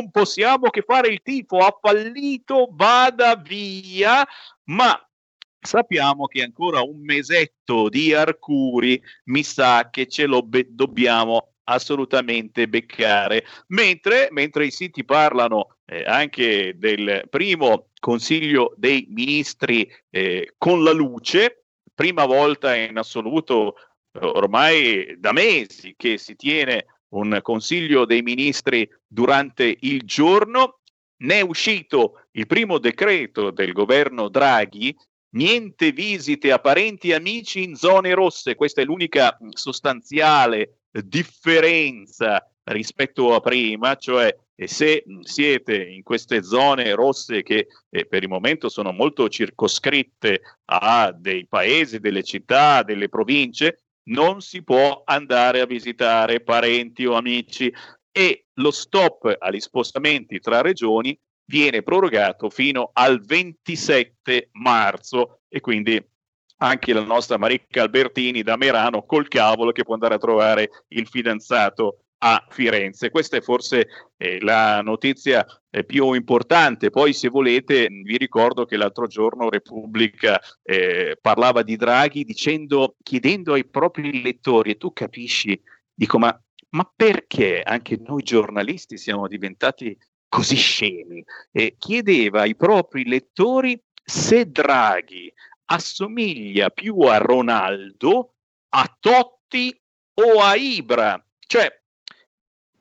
ha fallito, vada via, ma sappiamo che ancora un mesetto di Arcuri mi sa che ce lo dobbiamo assolutamente beccare, mentre i siti parlano anche del primo Consiglio dei Ministri con la luce, prima volta in assoluto ormai da mesi che si tiene un Consiglio dei Ministri durante il giorno. Ne è uscito il primo decreto del governo Draghi: niente visite a parenti e amici in zone rosse. Questa è l'unica sostanziale differenza rispetto a prima, cioè se siete in queste zone rosse che per il momento sono molto circoscritte a dei paesi, delle città, delle province, non si può andare a visitare parenti o amici, e lo stop agli spostamenti tra regioni viene prorogato fino al 27 marzo e quindi anche la nostra Marica Albertini da Merano col cavolo che può andare a trovare il fidanzato a Firenze. Questa è forse la notizia più importante. Poi, se volete, vi ricordo che l'altro giorno Repubblica parlava di Draghi chiedendo ai propri lettori, e tu capisci, dico, ma perché anche noi giornalisti siamo diventati così scemi? Chiedeva ai propri lettori se Draghi assomiglia più a Ronaldo, a Totti o a Ibra. Cioè, ma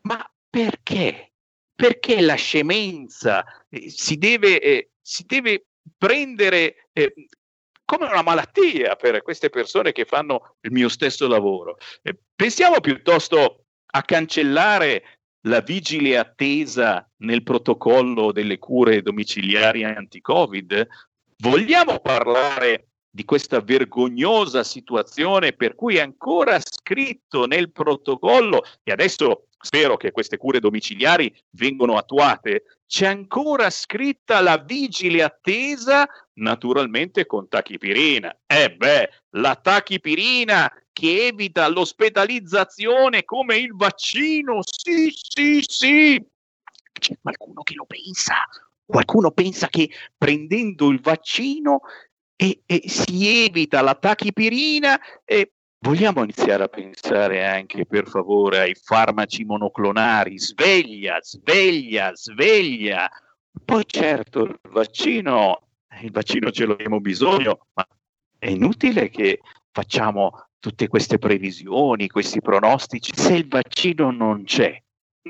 Perché? Perché la scemenza si deve prendere come una malattia per queste persone che fanno il mio stesso lavoro. Pensiamo piuttosto a cancellare la vigile attesa nel protocollo delle cure domiciliari anti-Covid. Vogliamo parlare di questa vergognosa situazione per cui è ancora scritto nel protocollo, e adesso spero che queste cure domiciliari vengano attuate, c'è ancora scritta la vigile attesa, naturalmente con tachipirina. La tachipirina che evita l'ospedalizzazione come il vaccino, sì. C'è qualcuno che lo pensa. Qualcuno pensa che prendendo il vaccino si evita la tachipirina. E vogliamo iniziare a pensare anche, per favore, ai farmaci monoclonari. Sveglia. Poi certo il vaccino ce lo abbiamo bisogno, ma è inutile che facciamo tutte queste previsioni, questi pronostici, se il vaccino non c'è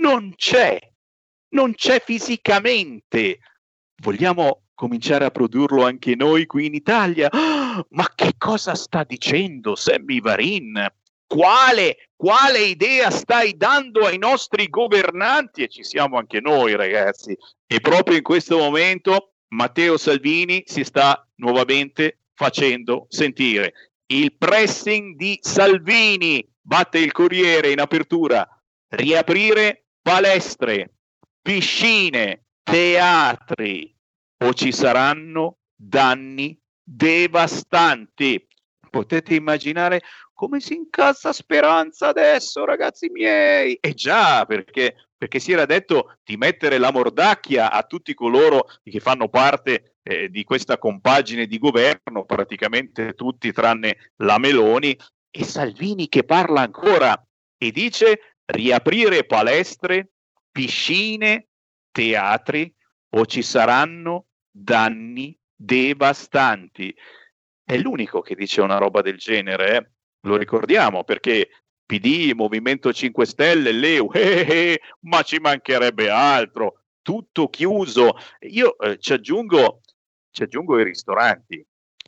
fisicamente. Vogliamo cominciare a produrlo anche noi qui in Italia? Ma che cosa sta dicendo Sammy Varin? Quale idea stai dando ai nostri governanti? E ci siamo anche noi, ragazzi. E proprio in questo momento Matteo Salvini si sta nuovamente facendo sentire. Il pressing di Salvini, batte il Corriere in apertura. Riaprire palestre, piscine, teatri, o ci saranno danni devastanti. Potete immaginare come si incazza Speranza adesso, ragazzi miei? E già, perché si era detto di mettere la mordacchia a tutti coloro che fanno parte di questa compagine di governo, praticamente tutti tranne la Meloni, e Salvini che parla ancora e dice riaprire palestre, piscine, teatri, o ci saranno danni devastanti. È l'unico che dice una roba del genere, lo ricordiamo, perché PD, Movimento 5 Stelle, Leu, ma ci mancherebbe altro, tutto chiuso. Io ci aggiungo i ristoranti,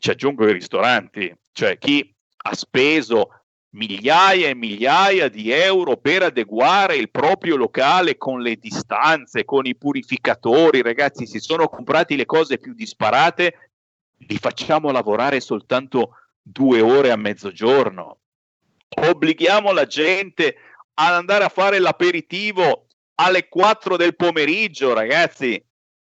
cioè chi ha speso migliaia e migliaia di euro per adeguare il proprio locale con le distanze, con i purificatori, ragazzi, si sono comprati le cose più disparate, li facciamo lavorare soltanto 2 ore a mezzogiorno. Obblighiamo la gente ad andare a fare l'aperitivo alle 4 del pomeriggio, ragazzi.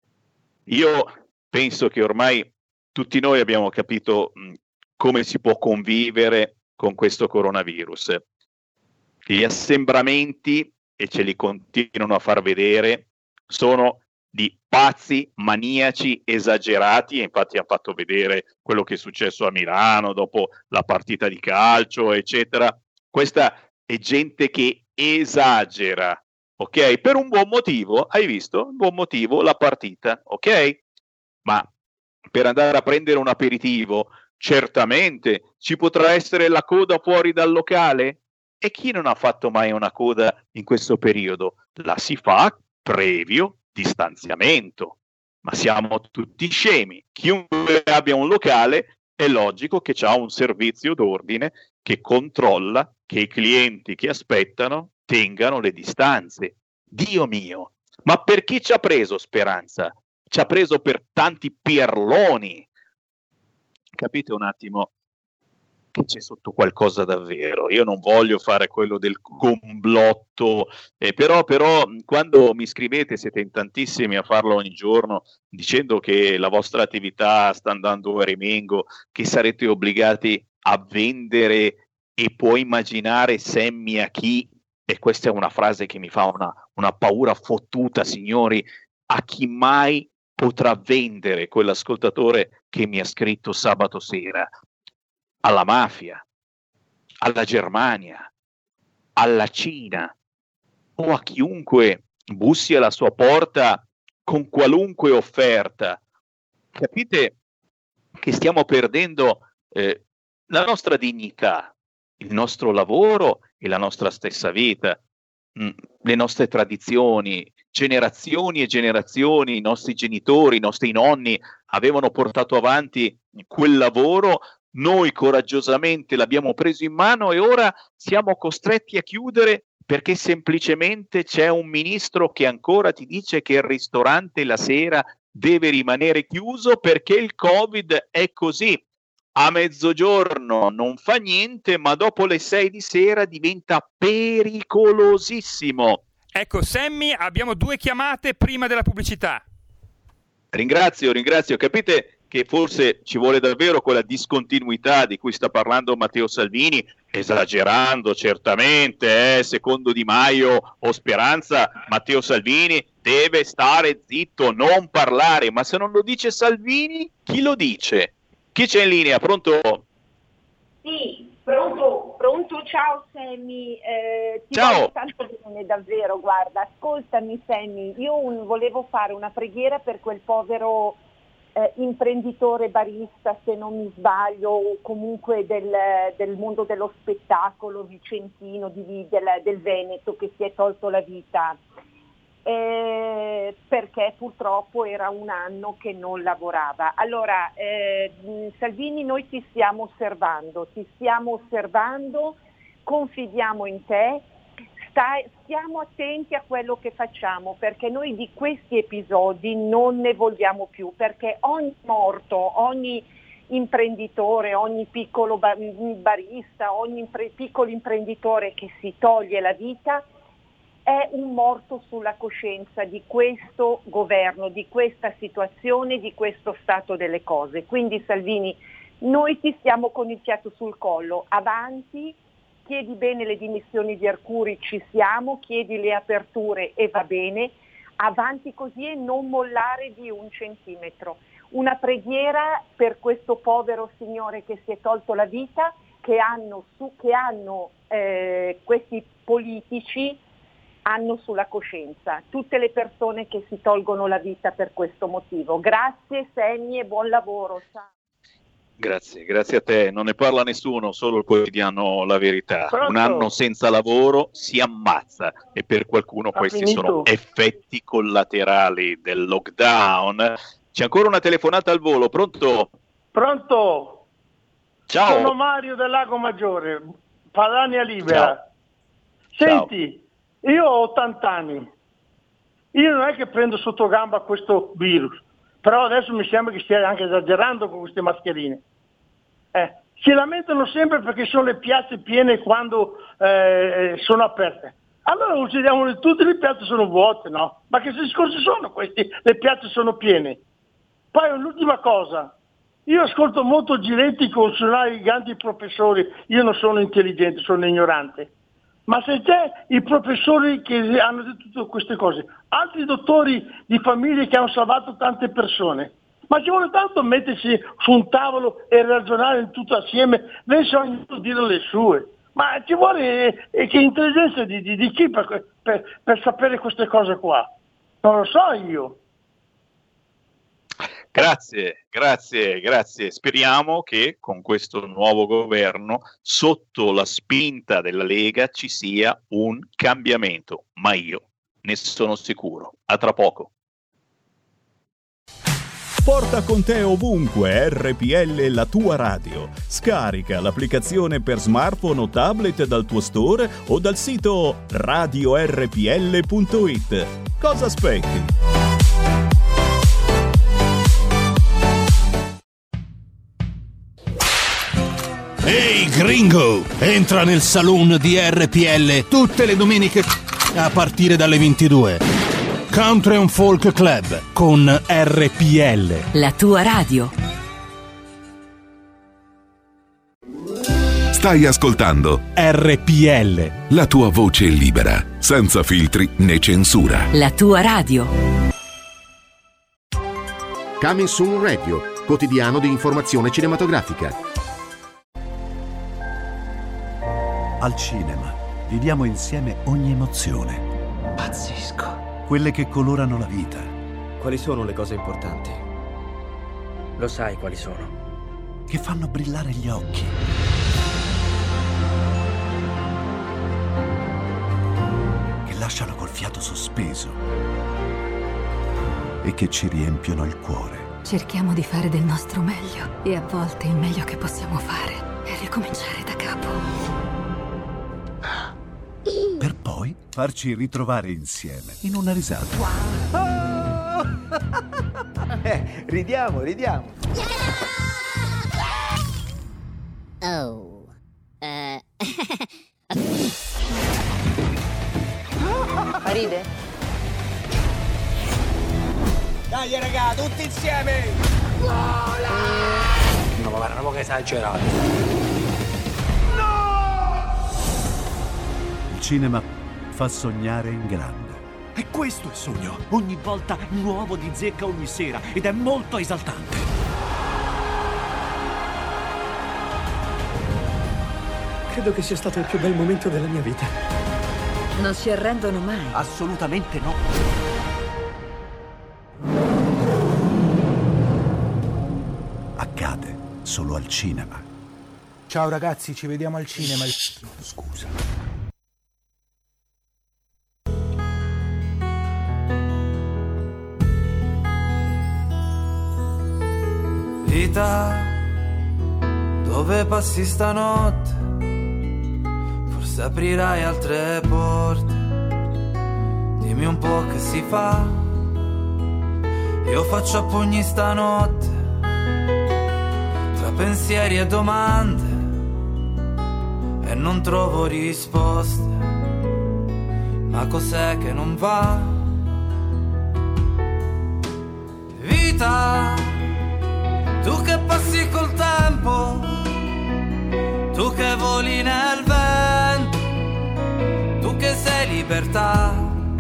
Io penso che ormai tutti noi abbiamo capito come si può convivere con questo coronavirus. Gli assembramenti, e ce li continuano a far vedere, sono di pazzi, maniaci, esagerati, e infatti hanno fatto vedere quello che è successo a Milano dopo la partita di calcio, eccetera. Questa è gente che esagera, ok? Per un buon motivo, hai visto? Un buon motivo, la partita, ok? Ma per andare a prendere un aperitivo, certamente ci potrà essere la coda fuori dal locale? E chi non ha fatto mai una coda in questo periodo? La si fa previo distanziamento. Ma siamo tutti scemi. Chiunque abbia un locale è logico che ha un servizio d'ordine che controlla che i clienti che aspettano tengano le distanze. Dio mio, ma per chi ci ha preso Speranza? Ci ha preso per tanti pirloni. Capite un attimo che c'è sotto qualcosa davvero. Io non voglio fare quello del complotto, però quando mi scrivete, siete in tantissimi a farlo ogni giorno, dicendo che la vostra attività sta andando a remengo, che sarete obbligati a vendere, e puoi immaginare Sammy a chi, e questa è una frase che mi fa una paura fottuta, signori, a chi mai potrà vendere quell'ascoltatore che mi ha scritto sabato sera? Alla mafia, alla Germania, alla Cina, o a chiunque bussi alla sua porta con qualunque offerta. Capite che stiamo perdendo la nostra dignità, il nostro lavoro e la nostra stessa vita. le nostre tradizioni, generazioni e generazioni, i nostri genitori, i nostri nonni avevano portato avanti quel lavoro, noi coraggiosamente l'abbiamo preso in mano e ora siamo costretti a chiudere perché semplicemente c'è un ministro che ancora ti dice che il ristorante la sera deve rimanere chiuso perché il Covid è così. A mezzogiorno non fa niente, ma dopo le 6 di sera diventa pericolosissimo. Ecco, Sammy, abbiamo 2 chiamate prima della pubblicità. Ringrazio. Capite che forse ci vuole davvero quella discontinuità di cui sta parlando Matteo Salvini, esagerando certamente, secondo Di Maio o Speranza, Matteo Salvini deve stare zitto, non parlare, ma se non lo dice Salvini, chi lo dice? Chi c'è in linea? Pronto? Sì, pronto, ciao Sammy, ti voglio tanto bene davvero, guarda, ascoltami Sammy, io volevo fare una preghiera per quel povero imprenditore barista, se non mi sbaglio, o comunque del mondo dello spettacolo vicentino, del Veneto, che si è tolto la vita. Perché purtroppo era un anno che non lavorava. Allora, Salvini, noi ti stiamo osservando, confidiamo in te, stiamo attenti a quello che facciamo, perché noi di questi episodi non ne vogliamo più, perché ogni morto, ogni imprenditore, ogni piccolo barista, ogni piccolo imprenditore che si toglie la vita è un morto sulla coscienza di questo governo, di questa situazione, di questo stato delle cose. Quindi Salvini, noi ti stiamo con il fiato sul collo, avanti, chiedi bene le dimissioni di Arcuri, ci siamo, chiedi le aperture e va bene, avanti così e non mollare di 1 centimetro. Una preghiera per questo povero signore che si è tolto la vita, che questi politici hanno sulla coscienza, tutte le persone che si tolgono la vita per questo motivo. Grazie Sammy e buon lavoro. Ciao. Grazie a te. Non ne parla nessuno, solo il quotidiano La Verità. Pronto? Un anno senza lavoro si ammazza e per qualcuno questi sono effetti collaterali del lockdown. C'è ancora una telefonata al volo, pronto? Pronto? Ciao. Sono Mario del Lago Maggiore, Padania Libera. Ciao. Senti, io ho 80 anni, io non è che prendo sotto gamba questo virus, però adesso mi sembra che stia anche esagerando con queste mascherine. Si lamentano sempre perché sono le piazze piene quando sono aperte. Allora uccidiamo tutte le piazze sono vuote, no? Ma che discorsi sono questi? Le piazze sono piene. Poi l'ultima cosa, io ascolto molto Giletti con i grandi professori, io non sono intelligente, sono ignorante. Ma se c'è i professori che hanno detto tutte queste cose, altri dottori di famiglie che hanno salvato tante persone, ma ci vuole tanto mettersi su un tavolo e ragionare tutto assieme, lei sa ognuno dire le sue, ma ci vuole che intelligenza di chi per sapere queste cose qua? Non lo so io. Grazie. Speriamo che con questo nuovo governo, sotto la spinta della Lega, ci sia un cambiamento, ma io ne sono sicuro. A tra poco. Porta con te ovunque RPL la tua radio. Scarica l'applicazione per smartphone o tablet dal tuo store o dal sito radiorpl.it. Cosa aspetti? Ehi gringo, entra nel saloon di RPL tutte le domeniche a partire dalle 22. Country and Folk Club con RPL. La tua radio. Stai ascoltando RPL. La tua voce libera, senza filtri né censura. La tua radio. Coming Soon Radio, quotidiano di informazione cinematografica. Al cinema viviamo insieme ogni emozione. Pazzesco. Quelle che colorano la vita. Quali sono le cose importanti? Lo sai quali sono? Che fanno brillare gli occhi. Che lasciano col fiato sospeso e che ci riempiono il cuore. Cerchiamo di fare del nostro meglio e a volte il meglio che possiamo fare è ricominciare da capo. Per poi farci ritrovare insieme in una risata. Ridiamo. Oh. Ride? Dai raga, tutti insieme! Vola! No, ma guarda, che esagerato. Il cinema fa sognare in grande. E questo è il sogno. Ogni volta nuovo di zecca ogni sera ed è molto esaltante. Credo che sia stato il più bel momento della mia vita. Non si arrendono mai. Assolutamente no. Accade solo al cinema. Ciao ragazzi, ci vediamo al cinema. Scusa. Vita, dove passi stanotte? Forse aprirai altre porte. Dimmi un po' che si fa. Io faccio a pugni stanotte, tra pensieri e domande, e non trovo risposte. Ma cos'è che non va? Vita, tu che passi col tempo, tu che voli nel vento, tu che sei libertà.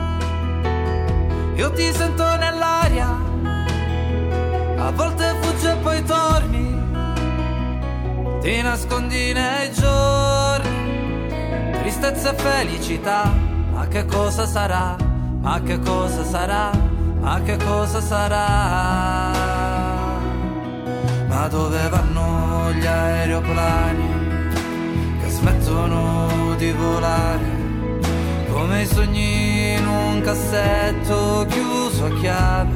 Io ti sento nell'aria, a volte fuggi e poi torni, ti nascondi nei giorni, tristezza e felicità. Ma che cosa sarà? Ma che cosa sarà? Ma che cosa sarà? Ma dove vanno gli aeroplani che smettono di volare? Come i sogni in un cassetto chiuso a chiave.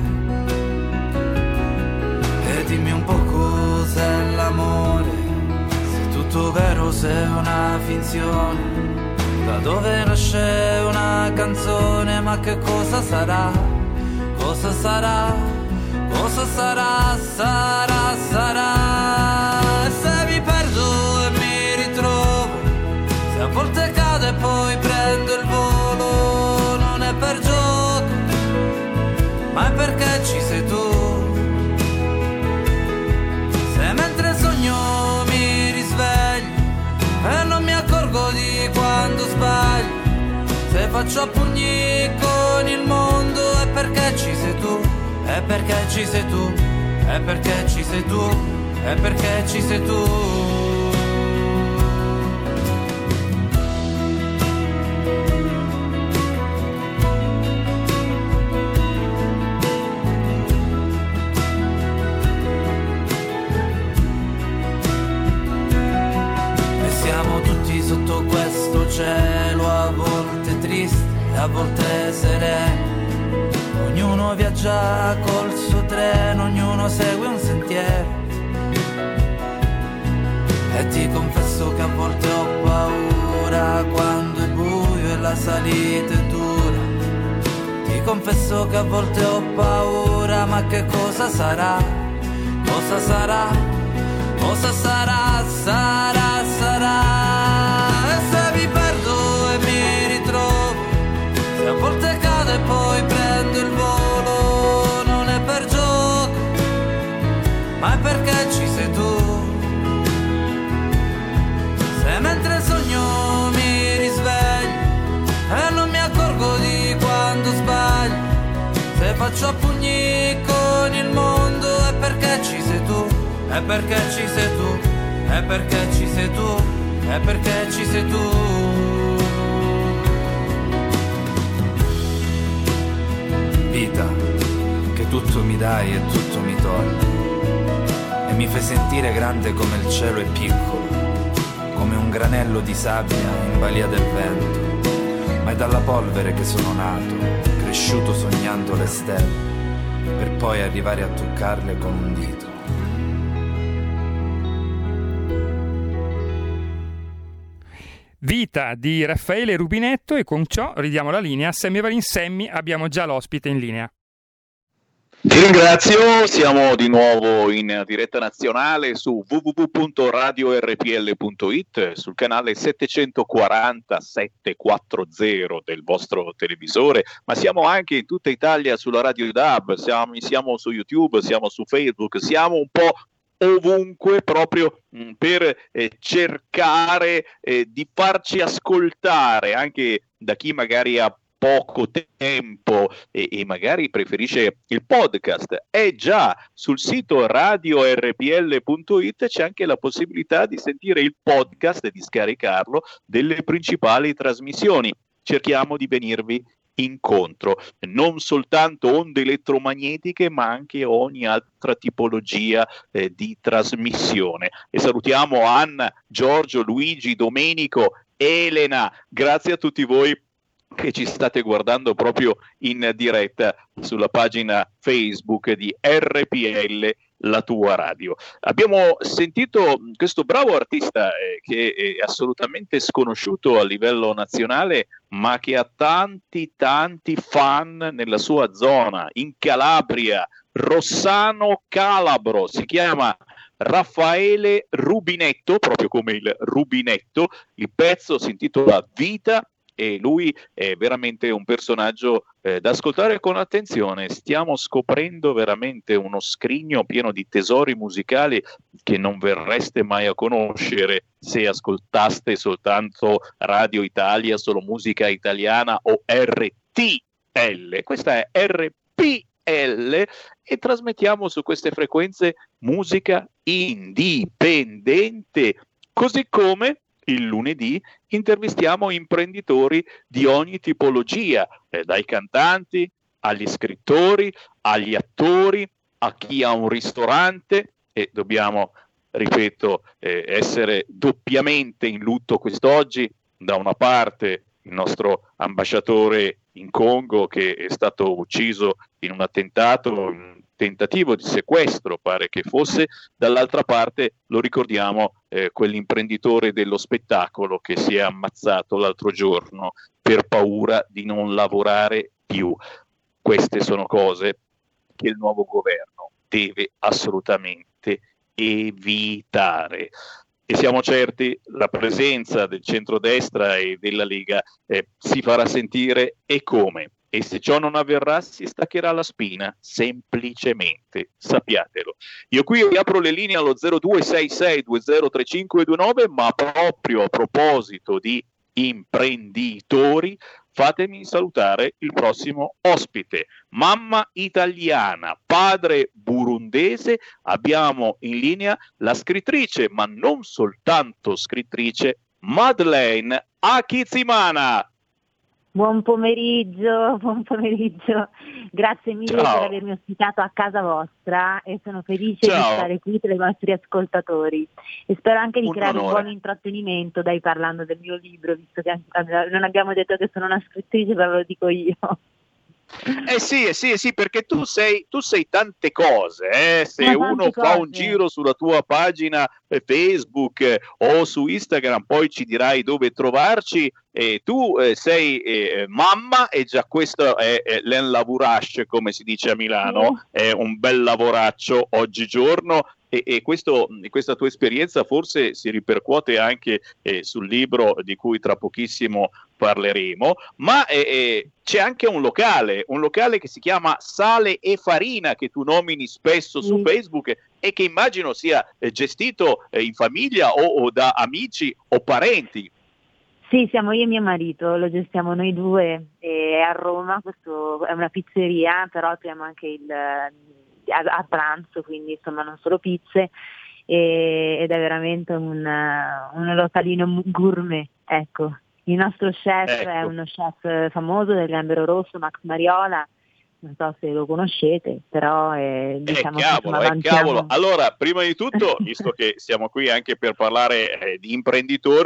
E dimmi un po' cos'è l'amore, se è tutto vero, se è una finzione. Da dove nasce una canzone, ma che cosa sarà? Cosa sarà? Cosa sarà? Sarà, sarà. E se mi perdo e mi ritrovo, se a volte cado e poi prendo il volo, non è per gioco, ma è perché ci sei tu. Se mentre sogno mi risveglio e non mi accorgo di quando sbaglio, se faccio a pugni con il mondo, è perché ci sei tu, è perché ci sei tu, è perché ci sei tu, è perché ci sei tu. E siamo tutti sotto questo cielo, a volte triste e a volte sereno. Ognuno viaggia col suo treno, ognuno segue un sentiero. E ti confesso che a volte ho paura quando è buio e la salita è dura. Ti confesso che a volte ho paura, ma che cosa sarà? Cosa sarà? Cosa sarà? Sarà, sarà. E se mi perdo e mi ritrovo, se a volte cado e poi prendo il volo, non è per gioco, ma è perché ci sei tu. Se mentre sogno mi risveglio e non mi accorgo di quando sbaglio, se faccio a pugni con il mondo, è perché ci sei tu, è perché ci sei tu, è perché ci sei tu, è perché ci sei tu. Vita, che tutto mi dai e tutto mi togli, e mi fai sentire grande come il cielo è piccolo, come un granello di sabbia in balia del vento. ma è dalla polvere che sono nato, cresciuto sognando le stelle, per poi arrivare a toccarle con un dito. Vita di Raffaele Rubinetto, e con ciò ridiamo la linea a Sammy Varin. Sammy, abbiamo già l'ospite in linea. Ti ringrazio, siamo di nuovo in diretta nazionale su www.radiorpl.it, sul canale 740-740 del vostro televisore, ma siamo anche in tutta Italia sulla Radio DAB, siamo su YouTube, siamo su Facebook, siamo un po' ovunque proprio per cercare di farci ascoltare anche da chi magari ha poco tempo e magari preferisce il podcast. È già sul sito radiorpl.it c'è anche la possibilità di sentire il podcast e di scaricarlo delle principali trasmissioni. Cerchiamo di venirvi incontro, non soltanto onde elettromagnetiche ma anche ogni altra tipologia di trasmissione. E salutiamo Anna, Giorgio, Luigi, Domenico, Elena, grazie a tutti voi che ci state guardando proprio in diretta sulla pagina Facebook di RPL, la tua radio. Abbiamo sentito questo bravo artista che è assolutamente sconosciuto a livello nazionale, ma che ha tanti fan nella sua zona, in Calabria, Rossano Calabro, si chiama Raffaele Rubinetto, proprio come il rubinetto. Il pezzo si intitola Vita e lui è veramente un personaggio da ascoltare con attenzione. Stiamo scoprendo veramente uno scrigno pieno di tesori musicali che non verreste mai a conoscere se ascoltaste soltanto Radio Italia, solo musica italiana o RTL. Questa è RPL e trasmettiamo su queste frequenze musica indipendente, così come il lunedì intervistiamo imprenditori di ogni tipologia, dai cantanti agli scrittori, agli attori, a chi ha un ristorante, e dobbiamo, ripeto, essere doppiamente in lutto quest'oggi. Da una parte il nostro ambasciatore in Congo che è stato ucciso in un attentato, un tentativo di sequestro pare che fosse, dall'altra parte lo ricordiamo quell'imprenditore dello spettacolo che si è ammazzato l'altro giorno per paura di non lavorare più. Queste sono cose che il nuovo governo deve assolutamente evitare. E siamo certi la presenza del centrodestra e della Lega si farà sentire, e come. E se ciò non avverrà si staccherà la spina, semplicemente, sappiatelo. Io qui apro le linee allo 0266203529, ma proprio a proposito di imprenditori, fatemi salutare il prossimo ospite. Mamma italiana, padre burundese, abbiamo in linea la scrittrice, ma non soltanto scrittrice, Madeleine Akizimana. Buon pomeriggio, grazie mille per avermi ospitato a casa vostra e sono felice di stare qui tra i vostri ascoltatori e spero anche di creare un buon intrattenimento parlando del mio libro, visto che non abbiamo detto che sono una scrittrice, però lo dico io. Sì, perché tu sei tante cose, se uno fa un giro sulla tua pagina Facebook o su Instagram, poi ci dirai dove trovarci. Tu sei mamma, e già questo è l'en lavoraccio, come si dice a Milano, è un bel lavoraccio oggigiorno. E questa tua esperienza forse si ripercuote anche sul libro di cui tra pochissimo parleremo, ma c'è anche un locale che si chiama Sale e Farina, che tu nomini spesso su Facebook e che immagino sia gestito in famiglia o da amici o parenti. Sì, siamo io e mio marito, lo gestiamo noi due, è a Roma, questo è una pizzeria, però apriamo anche a pranzo, quindi insomma non solo pizze, ed è veramente un localino gourmet, ecco. Il nostro chef è uno chef famoso del Gambero Rosso, Max Mariola, non so se lo conoscete, però diciamo cavolo. Allora, prima di tutto, visto che siamo qui anche per parlare di imprenditori,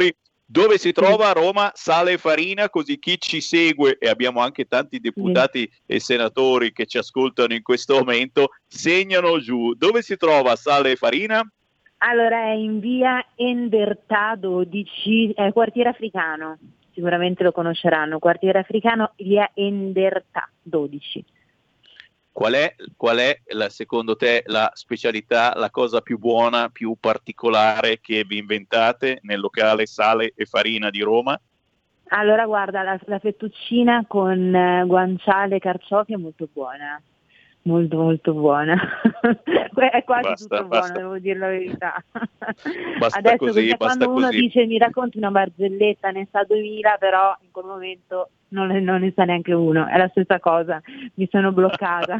Dove si trova a Roma? Sale e Farina, così chi ci segue, e abbiamo anche tanti deputati e senatori che ci ascoltano in questo momento, segnano giù. Dove si trova Sale e Farina? Allora è in via Endertà 12, quartiere africano, sicuramente lo conosceranno, quartiere africano, via Endertà 12. Qual è secondo te la specialità, la cosa più buona, più particolare che vi inventate nel locale Sale e Farina di Roma? Allora guarda, la fettuccina con guanciale e carciofi è molto buona, molto molto buona. È quasi tutto buono, devo dire la verità. Adesso così, quando uno dice mi racconti una barzelletta ne sa 2000, però in quel momento non ne sa neanche uno, è la stessa cosa, mi sono bloccata.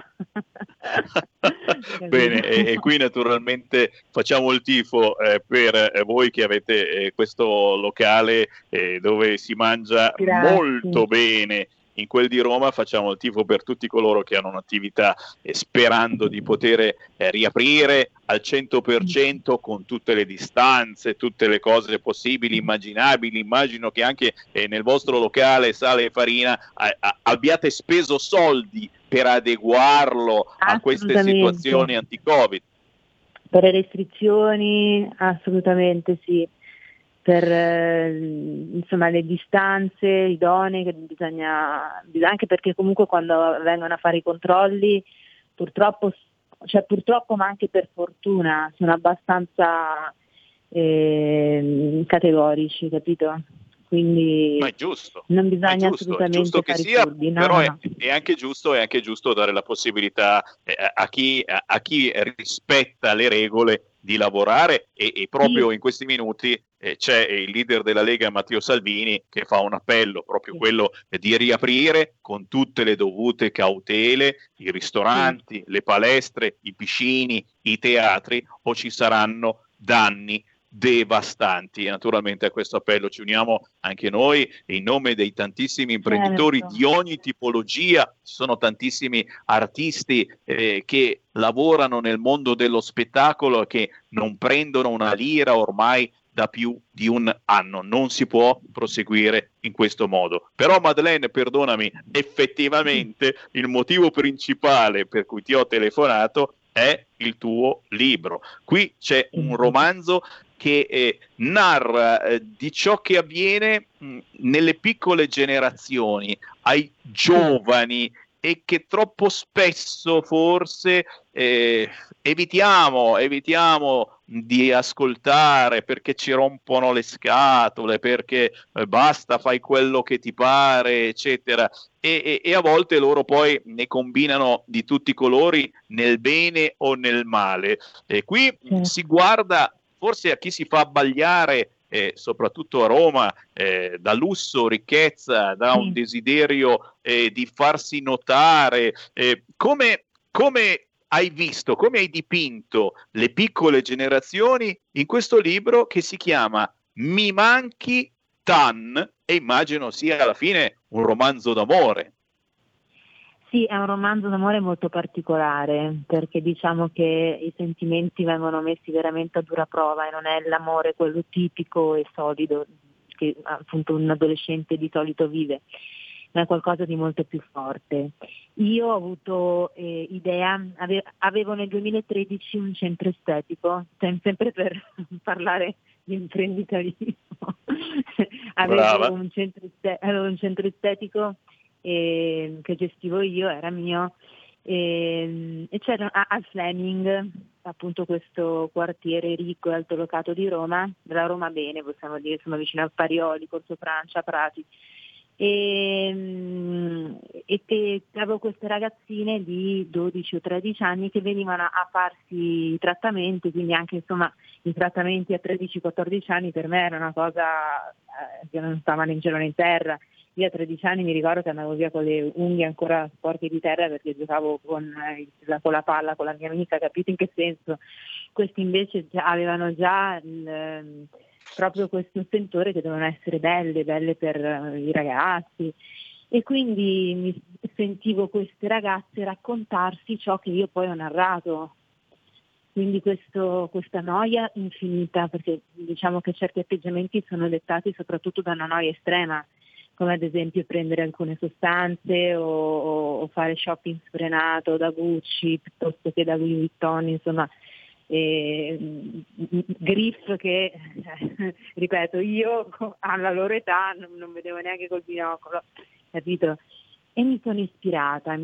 Bene, e qui naturalmente facciamo il tifo per voi che avete questo locale dove si mangia molto bene. In quel di Roma facciamo il tifo per tutti coloro che hanno un'attività sperando di poter riaprire al 100% con tutte le distanze, tutte le cose possibili, immaginabili. Immagino che anche nel vostro locale Sale e Farina abbiate speso soldi per adeguarlo a queste situazioni anti-Covid. Per le restrizioni, assolutamente sì. Per insomma le distanze idonee che bisogna, anche perché comunque quando vengono a fare i controlli purtroppo ma anche per fortuna sono abbastanza categorici, capito? Quindi ma è giusto, non bisogna assolutamente giusto che fare sia, furbi, no, però no. È anche giusto dare la possibilità a chi rispetta le regole di lavorare e proprio in questi minuti c'è il leader della Lega Matteo Salvini che fa un appello, proprio quello di riaprire con tutte le dovute cautele i ristoranti, le palestre, i piscini, i teatri, o ci saranno danni devastanti. E naturalmente a questo appello ci uniamo anche noi in nome dei tantissimi imprenditori di ogni tipologia. Ci sono tantissimi artisti che lavorano nel mondo dello spettacolo e che non prendono una lira ormai da più di un anno. Non si può proseguire in questo modo. Però Madeleine, perdonami, effettivamente il motivo principale per cui ti ho telefonato è il tuo libro. Qui c'è un romanzo che narra di ciò che avviene nelle piccole generazioni, ai giovani, e che troppo spesso forse evitiamo di ascoltare perché ci rompono le scatole, perché basta, fai quello che ti pare, eccetera, e a volte loro poi ne combinano di tutti i colori, nel bene o nel male. E qui si guarda forse a chi si fa abbagliare, soprattutto a Roma, da lusso, ricchezza, da un desiderio di farsi notare. Come hai visto, come hai dipinto le piccole generazioni in questo libro che si chiama Mi manchi Tan, e immagino sia alla fine un romanzo d'amore. Sì, è un romanzo d'amore molto particolare, perché diciamo che i sentimenti vengono messi veramente a dura prova e non è l'amore quello tipico e solido che appunto un adolescente di solito vive, ma è qualcosa di molto più forte. Io ho avuto avevo nel 2013 un centro estetico, sempre per parlare di imprenditorismo, avevo un centro estetico che gestivo io, era mio, e c'era a Fleming, appunto questo quartiere ricco e altolocato di Roma, della Roma bene, possiamo dire, insomma, vicino a Parioli, Corso Francia, Prati, e avevo queste ragazzine di 12 o 13 anni che venivano a farsi i trattamenti, quindi anche insomma i trattamenti a 13-14 anni per me era una cosa che non stava né in cielo né in terra. Io a 13 anni mi ricordo che andavo via con le unghie ancora sporche di terra perché giocavo con la palla con la mia amica, capito in che senso? Questi invece avevano già proprio questo sentore che dovevano essere belle per i ragazzi, e quindi mi sentivo queste ragazze raccontarsi ciò che io poi ho narrato. Quindi questa noia infinita, perché diciamo che certi atteggiamenti sono dettati soprattutto da una noia estrema, come ad esempio prendere alcune sostanze o fare shopping sfrenato da Gucci piuttosto che da Louis Vuitton, insomma, griff che, ripeto, io alla loro età non vedevo neanche col binocolo, capito? E mi sono ispirata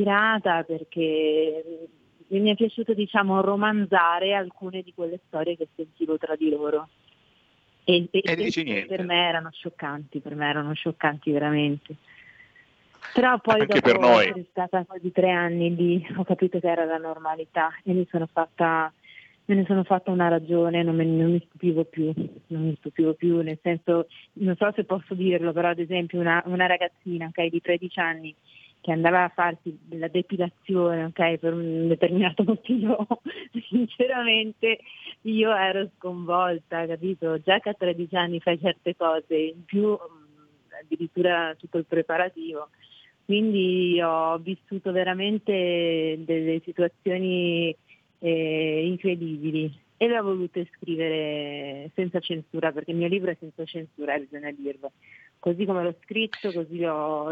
perché mi è piaciuto, diciamo, romanzare alcune di quelle storie che sentivo tra di loro. E per me erano scioccanti veramente. Però poi anche dopo per noi. essere stata quasi 3 anni lì, ho capito che era la normalità e me ne sono fatta una ragione, non mi stupivo più, nel senso, non so se posso dirlo, però ad esempio una ragazzina, ok, di 13 anni che andava a farsi la depilazione, ok, per un determinato motivo, sinceramente io ero sconvolta, capito? Già che a 13 anni fai certe cose, in più addirittura tutto il preparativo. Quindi ho vissuto veramente delle situazioni incredibili e le ho volute scrivere senza censura, perché il mio libro è senza censura, bisogna dirlo. Così come l'ho scritto, così l'ho...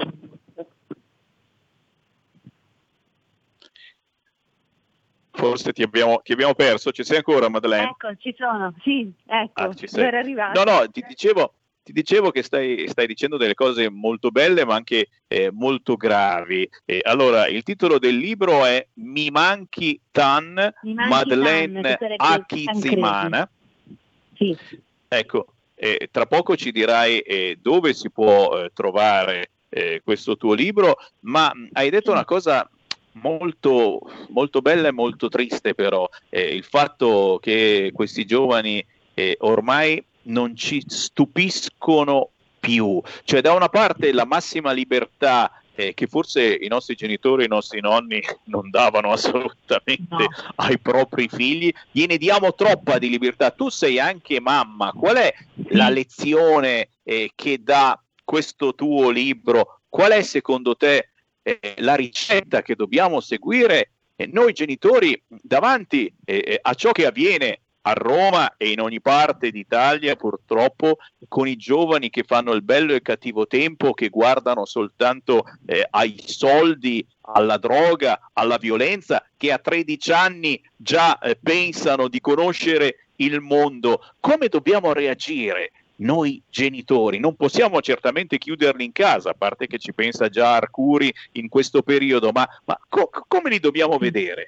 Forse ti abbiamo perso, ci sei ancora, Madeleine? Ecco, ci sono, sì, ecco, ci sei. era arrivato. No, ti dicevo che stai dicendo delle cose molto belle ma anche molto gravi. Allora, il titolo del libro è Mi manchi tan, Madeleine Akizimana. Sì. Ecco, tra poco ci dirai dove si può trovare questo tuo libro, ma hai detto una cosa molto, molto bella e molto triste, però il fatto che questi giovani ormai non ci stupiscono più, cioè da una parte la massima libertà che forse i nostri genitori, i nostri nonni non davano assolutamente ai propri figli, gliene diamo troppa di libertà. Tu sei anche mamma, qual è la lezione che dà questo tuo libro? Qual è secondo te la ricetta che dobbiamo seguire noi genitori davanti a ciò che avviene a Roma e in ogni parte d'Italia, purtroppo, con i giovani che fanno il bello e il cattivo tempo, che guardano soltanto ai soldi, alla droga, alla violenza, che a 13 anni già pensano di conoscere il mondo? Come dobbiamo reagire noi genitori? Non possiamo certamente chiuderli in casa, a parte che ci pensa già Arcuri in questo periodo, ma come li dobbiamo vedere?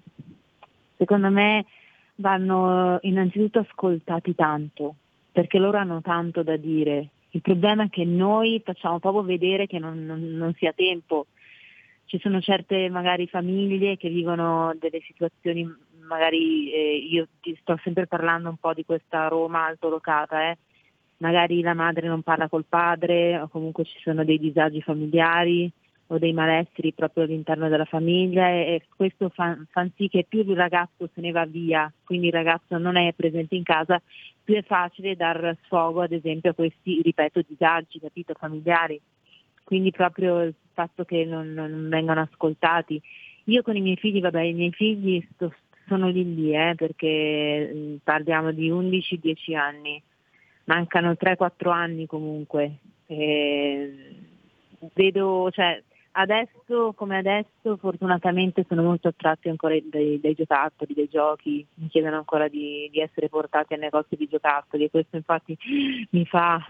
Secondo me vanno innanzitutto ascoltati tanto, perché loro hanno tanto da dire. Il problema è che noi facciamo proprio vedere che non sia tempo. Ci sono certe magari famiglie che vivono delle situazioni, magari io ti sto sempre parlando un po' di questa Roma altolocata, magari la madre non parla col padre, o comunque ci sono dei disagi familiari o dei malesseri proprio all'interno della famiglia, e questo fa sì che più il ragazzo se ne va via, quindi il ragazzo non è presente in casa, più è facile dar sfogo ad esempio a questi, ripeto, disagi, capito, familiari. Quindi proprio il fatto che non vengano ascoltati. Io con i miei figli, i miei figli sono lì, perché parliamo di 11-10 anni, mancano 3-4 anni comunque. Vedo, cioè, adesso come adesso fortunatamente sono molto attratti ancora dai giocattoli, dai giochi, mi chiedono ancora di essere portati al negozio di giocattoli, e questo infatti mi fa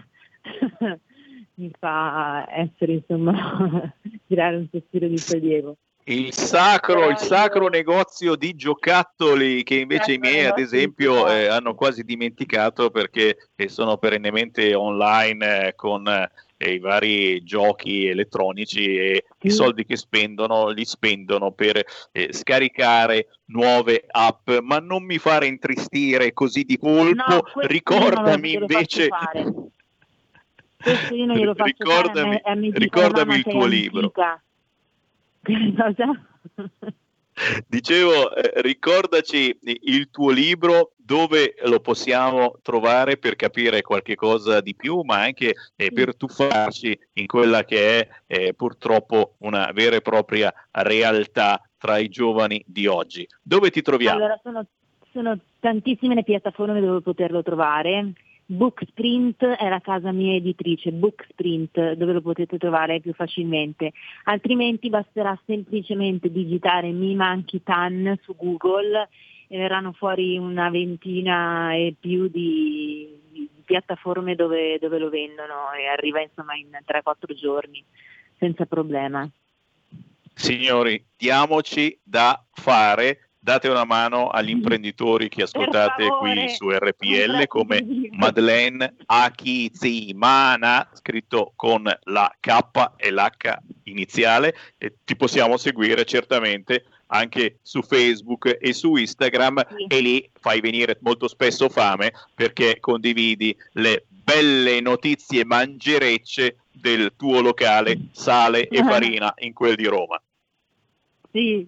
essere, insomma, tirare un sospiro di sollievo. Il sacro negozio di giocattoli, che invece i miei ad esempio hanno quasi dimenticato, perché sono perennemente online con i vari giochi elettronici, e i soldi che spendono li spendono per scaricare nuove app. Ma non mi fare intristire così di colpo, ricordami invece questo io non glielo faccio fare a me, ricordami il tuo libro. Cosa? Dicevo, ricordaci il tuo libro, dove lo possiamo trovare per capire qualche cosa di più, ma anche per tuffarci in quella che è purtroppo una vera e propria realtà tra i giovani di oggi. Dove ti troviamo? Allora, sono tantissime le piattaforme dove poterlo trovare. Booksprint è la casa mia editrice, Booksprint, dove lo potete trovare più facilmente, altrimenti basterà semplicemente digitare Mi manchi Tan su Google e verranno fuori una ventina e più di piattaforme dove lo vendono, e arriva insomma in 3-4 giorni senza problema. Signori, diamoci da fare. Date una mano agli imprenditori che ascoltate qui su RPL, come Madeleine Akizimana, scritto con la K e l'H iniziale, e ti possiamo seguire certamente anche su Facebook e su Instagram, e lì fai venire molto spesso fame, perché condividi le belle notizie mangerecce del tuo locale Sale e Farina in quel di Roma. Sì.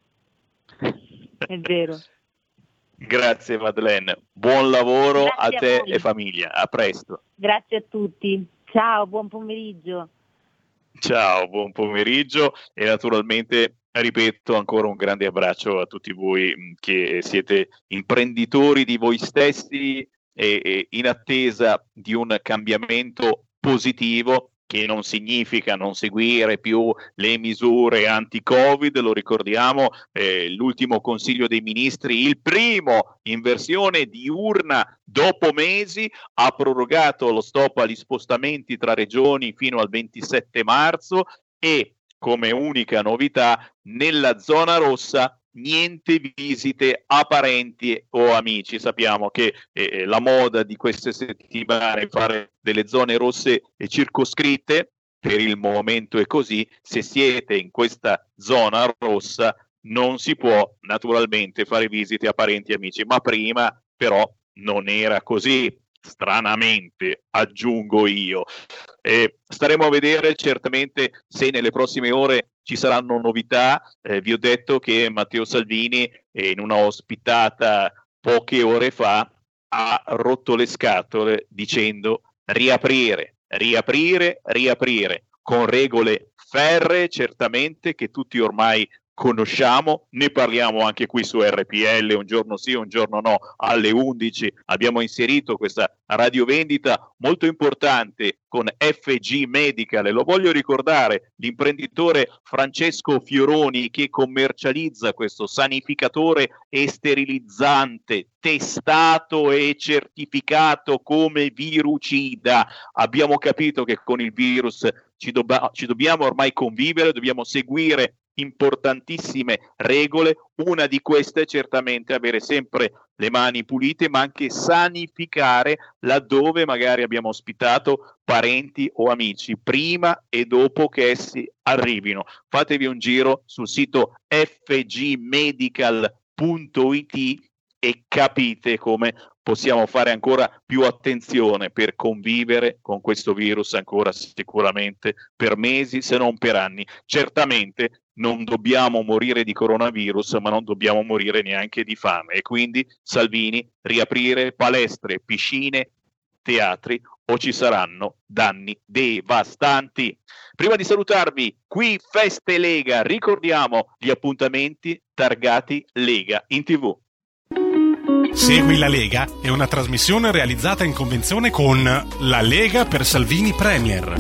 È vero. Grazie Madeleine, buon lavoro. Grazie a te a voi. E famiglia, a presto. Grazie a tutti, ciao, buon pomeriggio. Ciao, buon pomeriggio, e naturalmente ripeto ancora un grande abbraccio a tutti voi che siete imprenditori di voi stessi e in attesa di un cambiamento positivo, che non significa non seguire più le misure anti-Covid. Lo ricordiamo, l'ultimo Consiglio dei Ministri, il primo in versione diurna dopo mesi, ha prorogato lo stop agli spostamenti tra regioni fino al 27 marzo e, come unica novità, nella zona rossa niente visite a parenti o amici. Sappiamo che la moda di queste settimane è fare delle zone rosse circoscritte, per il momento è così. Se siete in questa zona rossa non si può naturalmente fare visite a parenti e amici, ma prima però non era così, stranamente, aggiungo io. Staremo a vedere certamente se nelle prossime ore ci saranno novità. Vi ho detto che Matteo Salvini, in una ospitata poche ore fa, ha rotto le scatole dicendo riaprire, con regole ferree certamente, che tutti ormai conosciamo. Ne parliamo anche qui su RPL, un giorno sì, un giorno no, alle 11 abbiamo inserito questa radiovendita molto importante con FG Medical, e lo voglio ricordare, l'imprenditore Francesco Fioroni, che commercializza questo sanificatore e sterilizzante testato e certificato come virucida. Abbiamo capito che con il virus ci dobbiamo ormai convivere, dobbiamo seguire importantissime regole. Una di queste è certamente avere sempre le mani pulite, ma anche sanificare laddove magari abbiamo ospitato parenti o amici, prima e dopo che essi arrivino. Fatevi un giro sul sito fgmedical.it e capite come possiamo fare ancora più attenzione per convivere con questo virus ancora sicuramente per mesi, se non per anni. Certamente non dobbiamo morire di coronavirus, ma non dobbiamo morire neanche di fame, e quindi Salvini, riaprire palestre, piscine, teatri, o ci saranno danni devastanti. Prima di salutarvi, qui Feste Lega, ricordiamo gli appuntamenti targati Lega in TV. Segui la Lega è una trasmissione realizzata in convenzione con La Lega per Salvini Premier.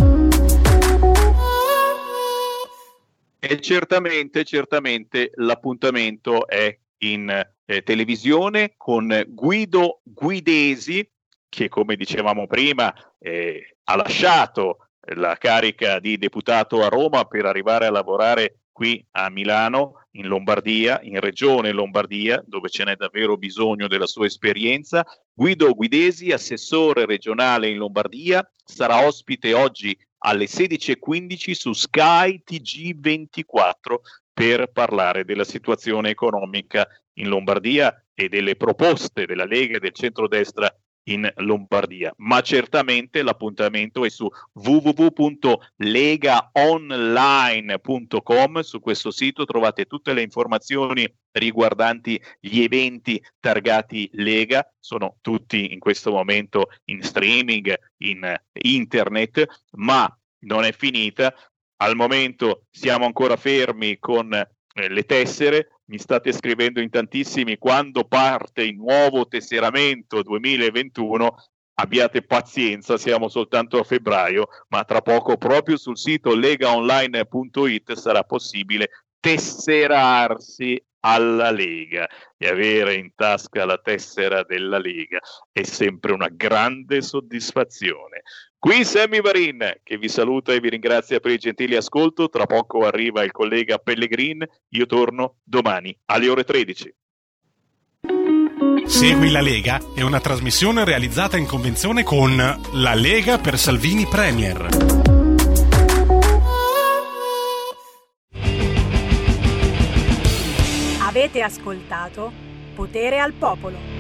E certamente l'appuntamento è in televisione con Guido Guidesi, che, come dicevamo prima, ha lasciato la carica di deputato a Roma per arrivare a lavorare qui a Milano, in Lombardia, in Regione Lombardia, dove ce n'è davvero bisogno della sua esperienza. Guido Guidesi, assessore regionale in Lombardia, sarà ospite oggi alle 16:15 su Sky TG24 per parlare della situazione economica in Lombardia e delle proposte della Lega e del centrodestra in Lombardia. Ma certamente l'appuntamento è su www.legaonline.com. Su questo sito trovate tutte le informazioni riguardanti gli eventi targati Lega. Sono tutti in questo momento in streaming, in internet, ma non è finita. Al momento siamo ancora fermi con le tessere, mi state scrivendo in tantissimi quando parte il nuovo tesseramento 2021. Abbiate pazienza, siamo soltanto a febbraio, ma tra poco proprio sul sito legaonline.it sarà possibile tesserarsi alla Lega, e avere in tasca la tessera della Lega è sempre una grande soddisfazione. Qui Sammy Varin che vi saluta e vi ringrazia per il gentile ascolto. Tra poco arriva il collega Pellegrin, io torno domani alle ore 13. Segui la Lega è una trasmissione realizzata in convenzione con La Lega per Salvini Premier. Avete ascoltato Potere al Popolo.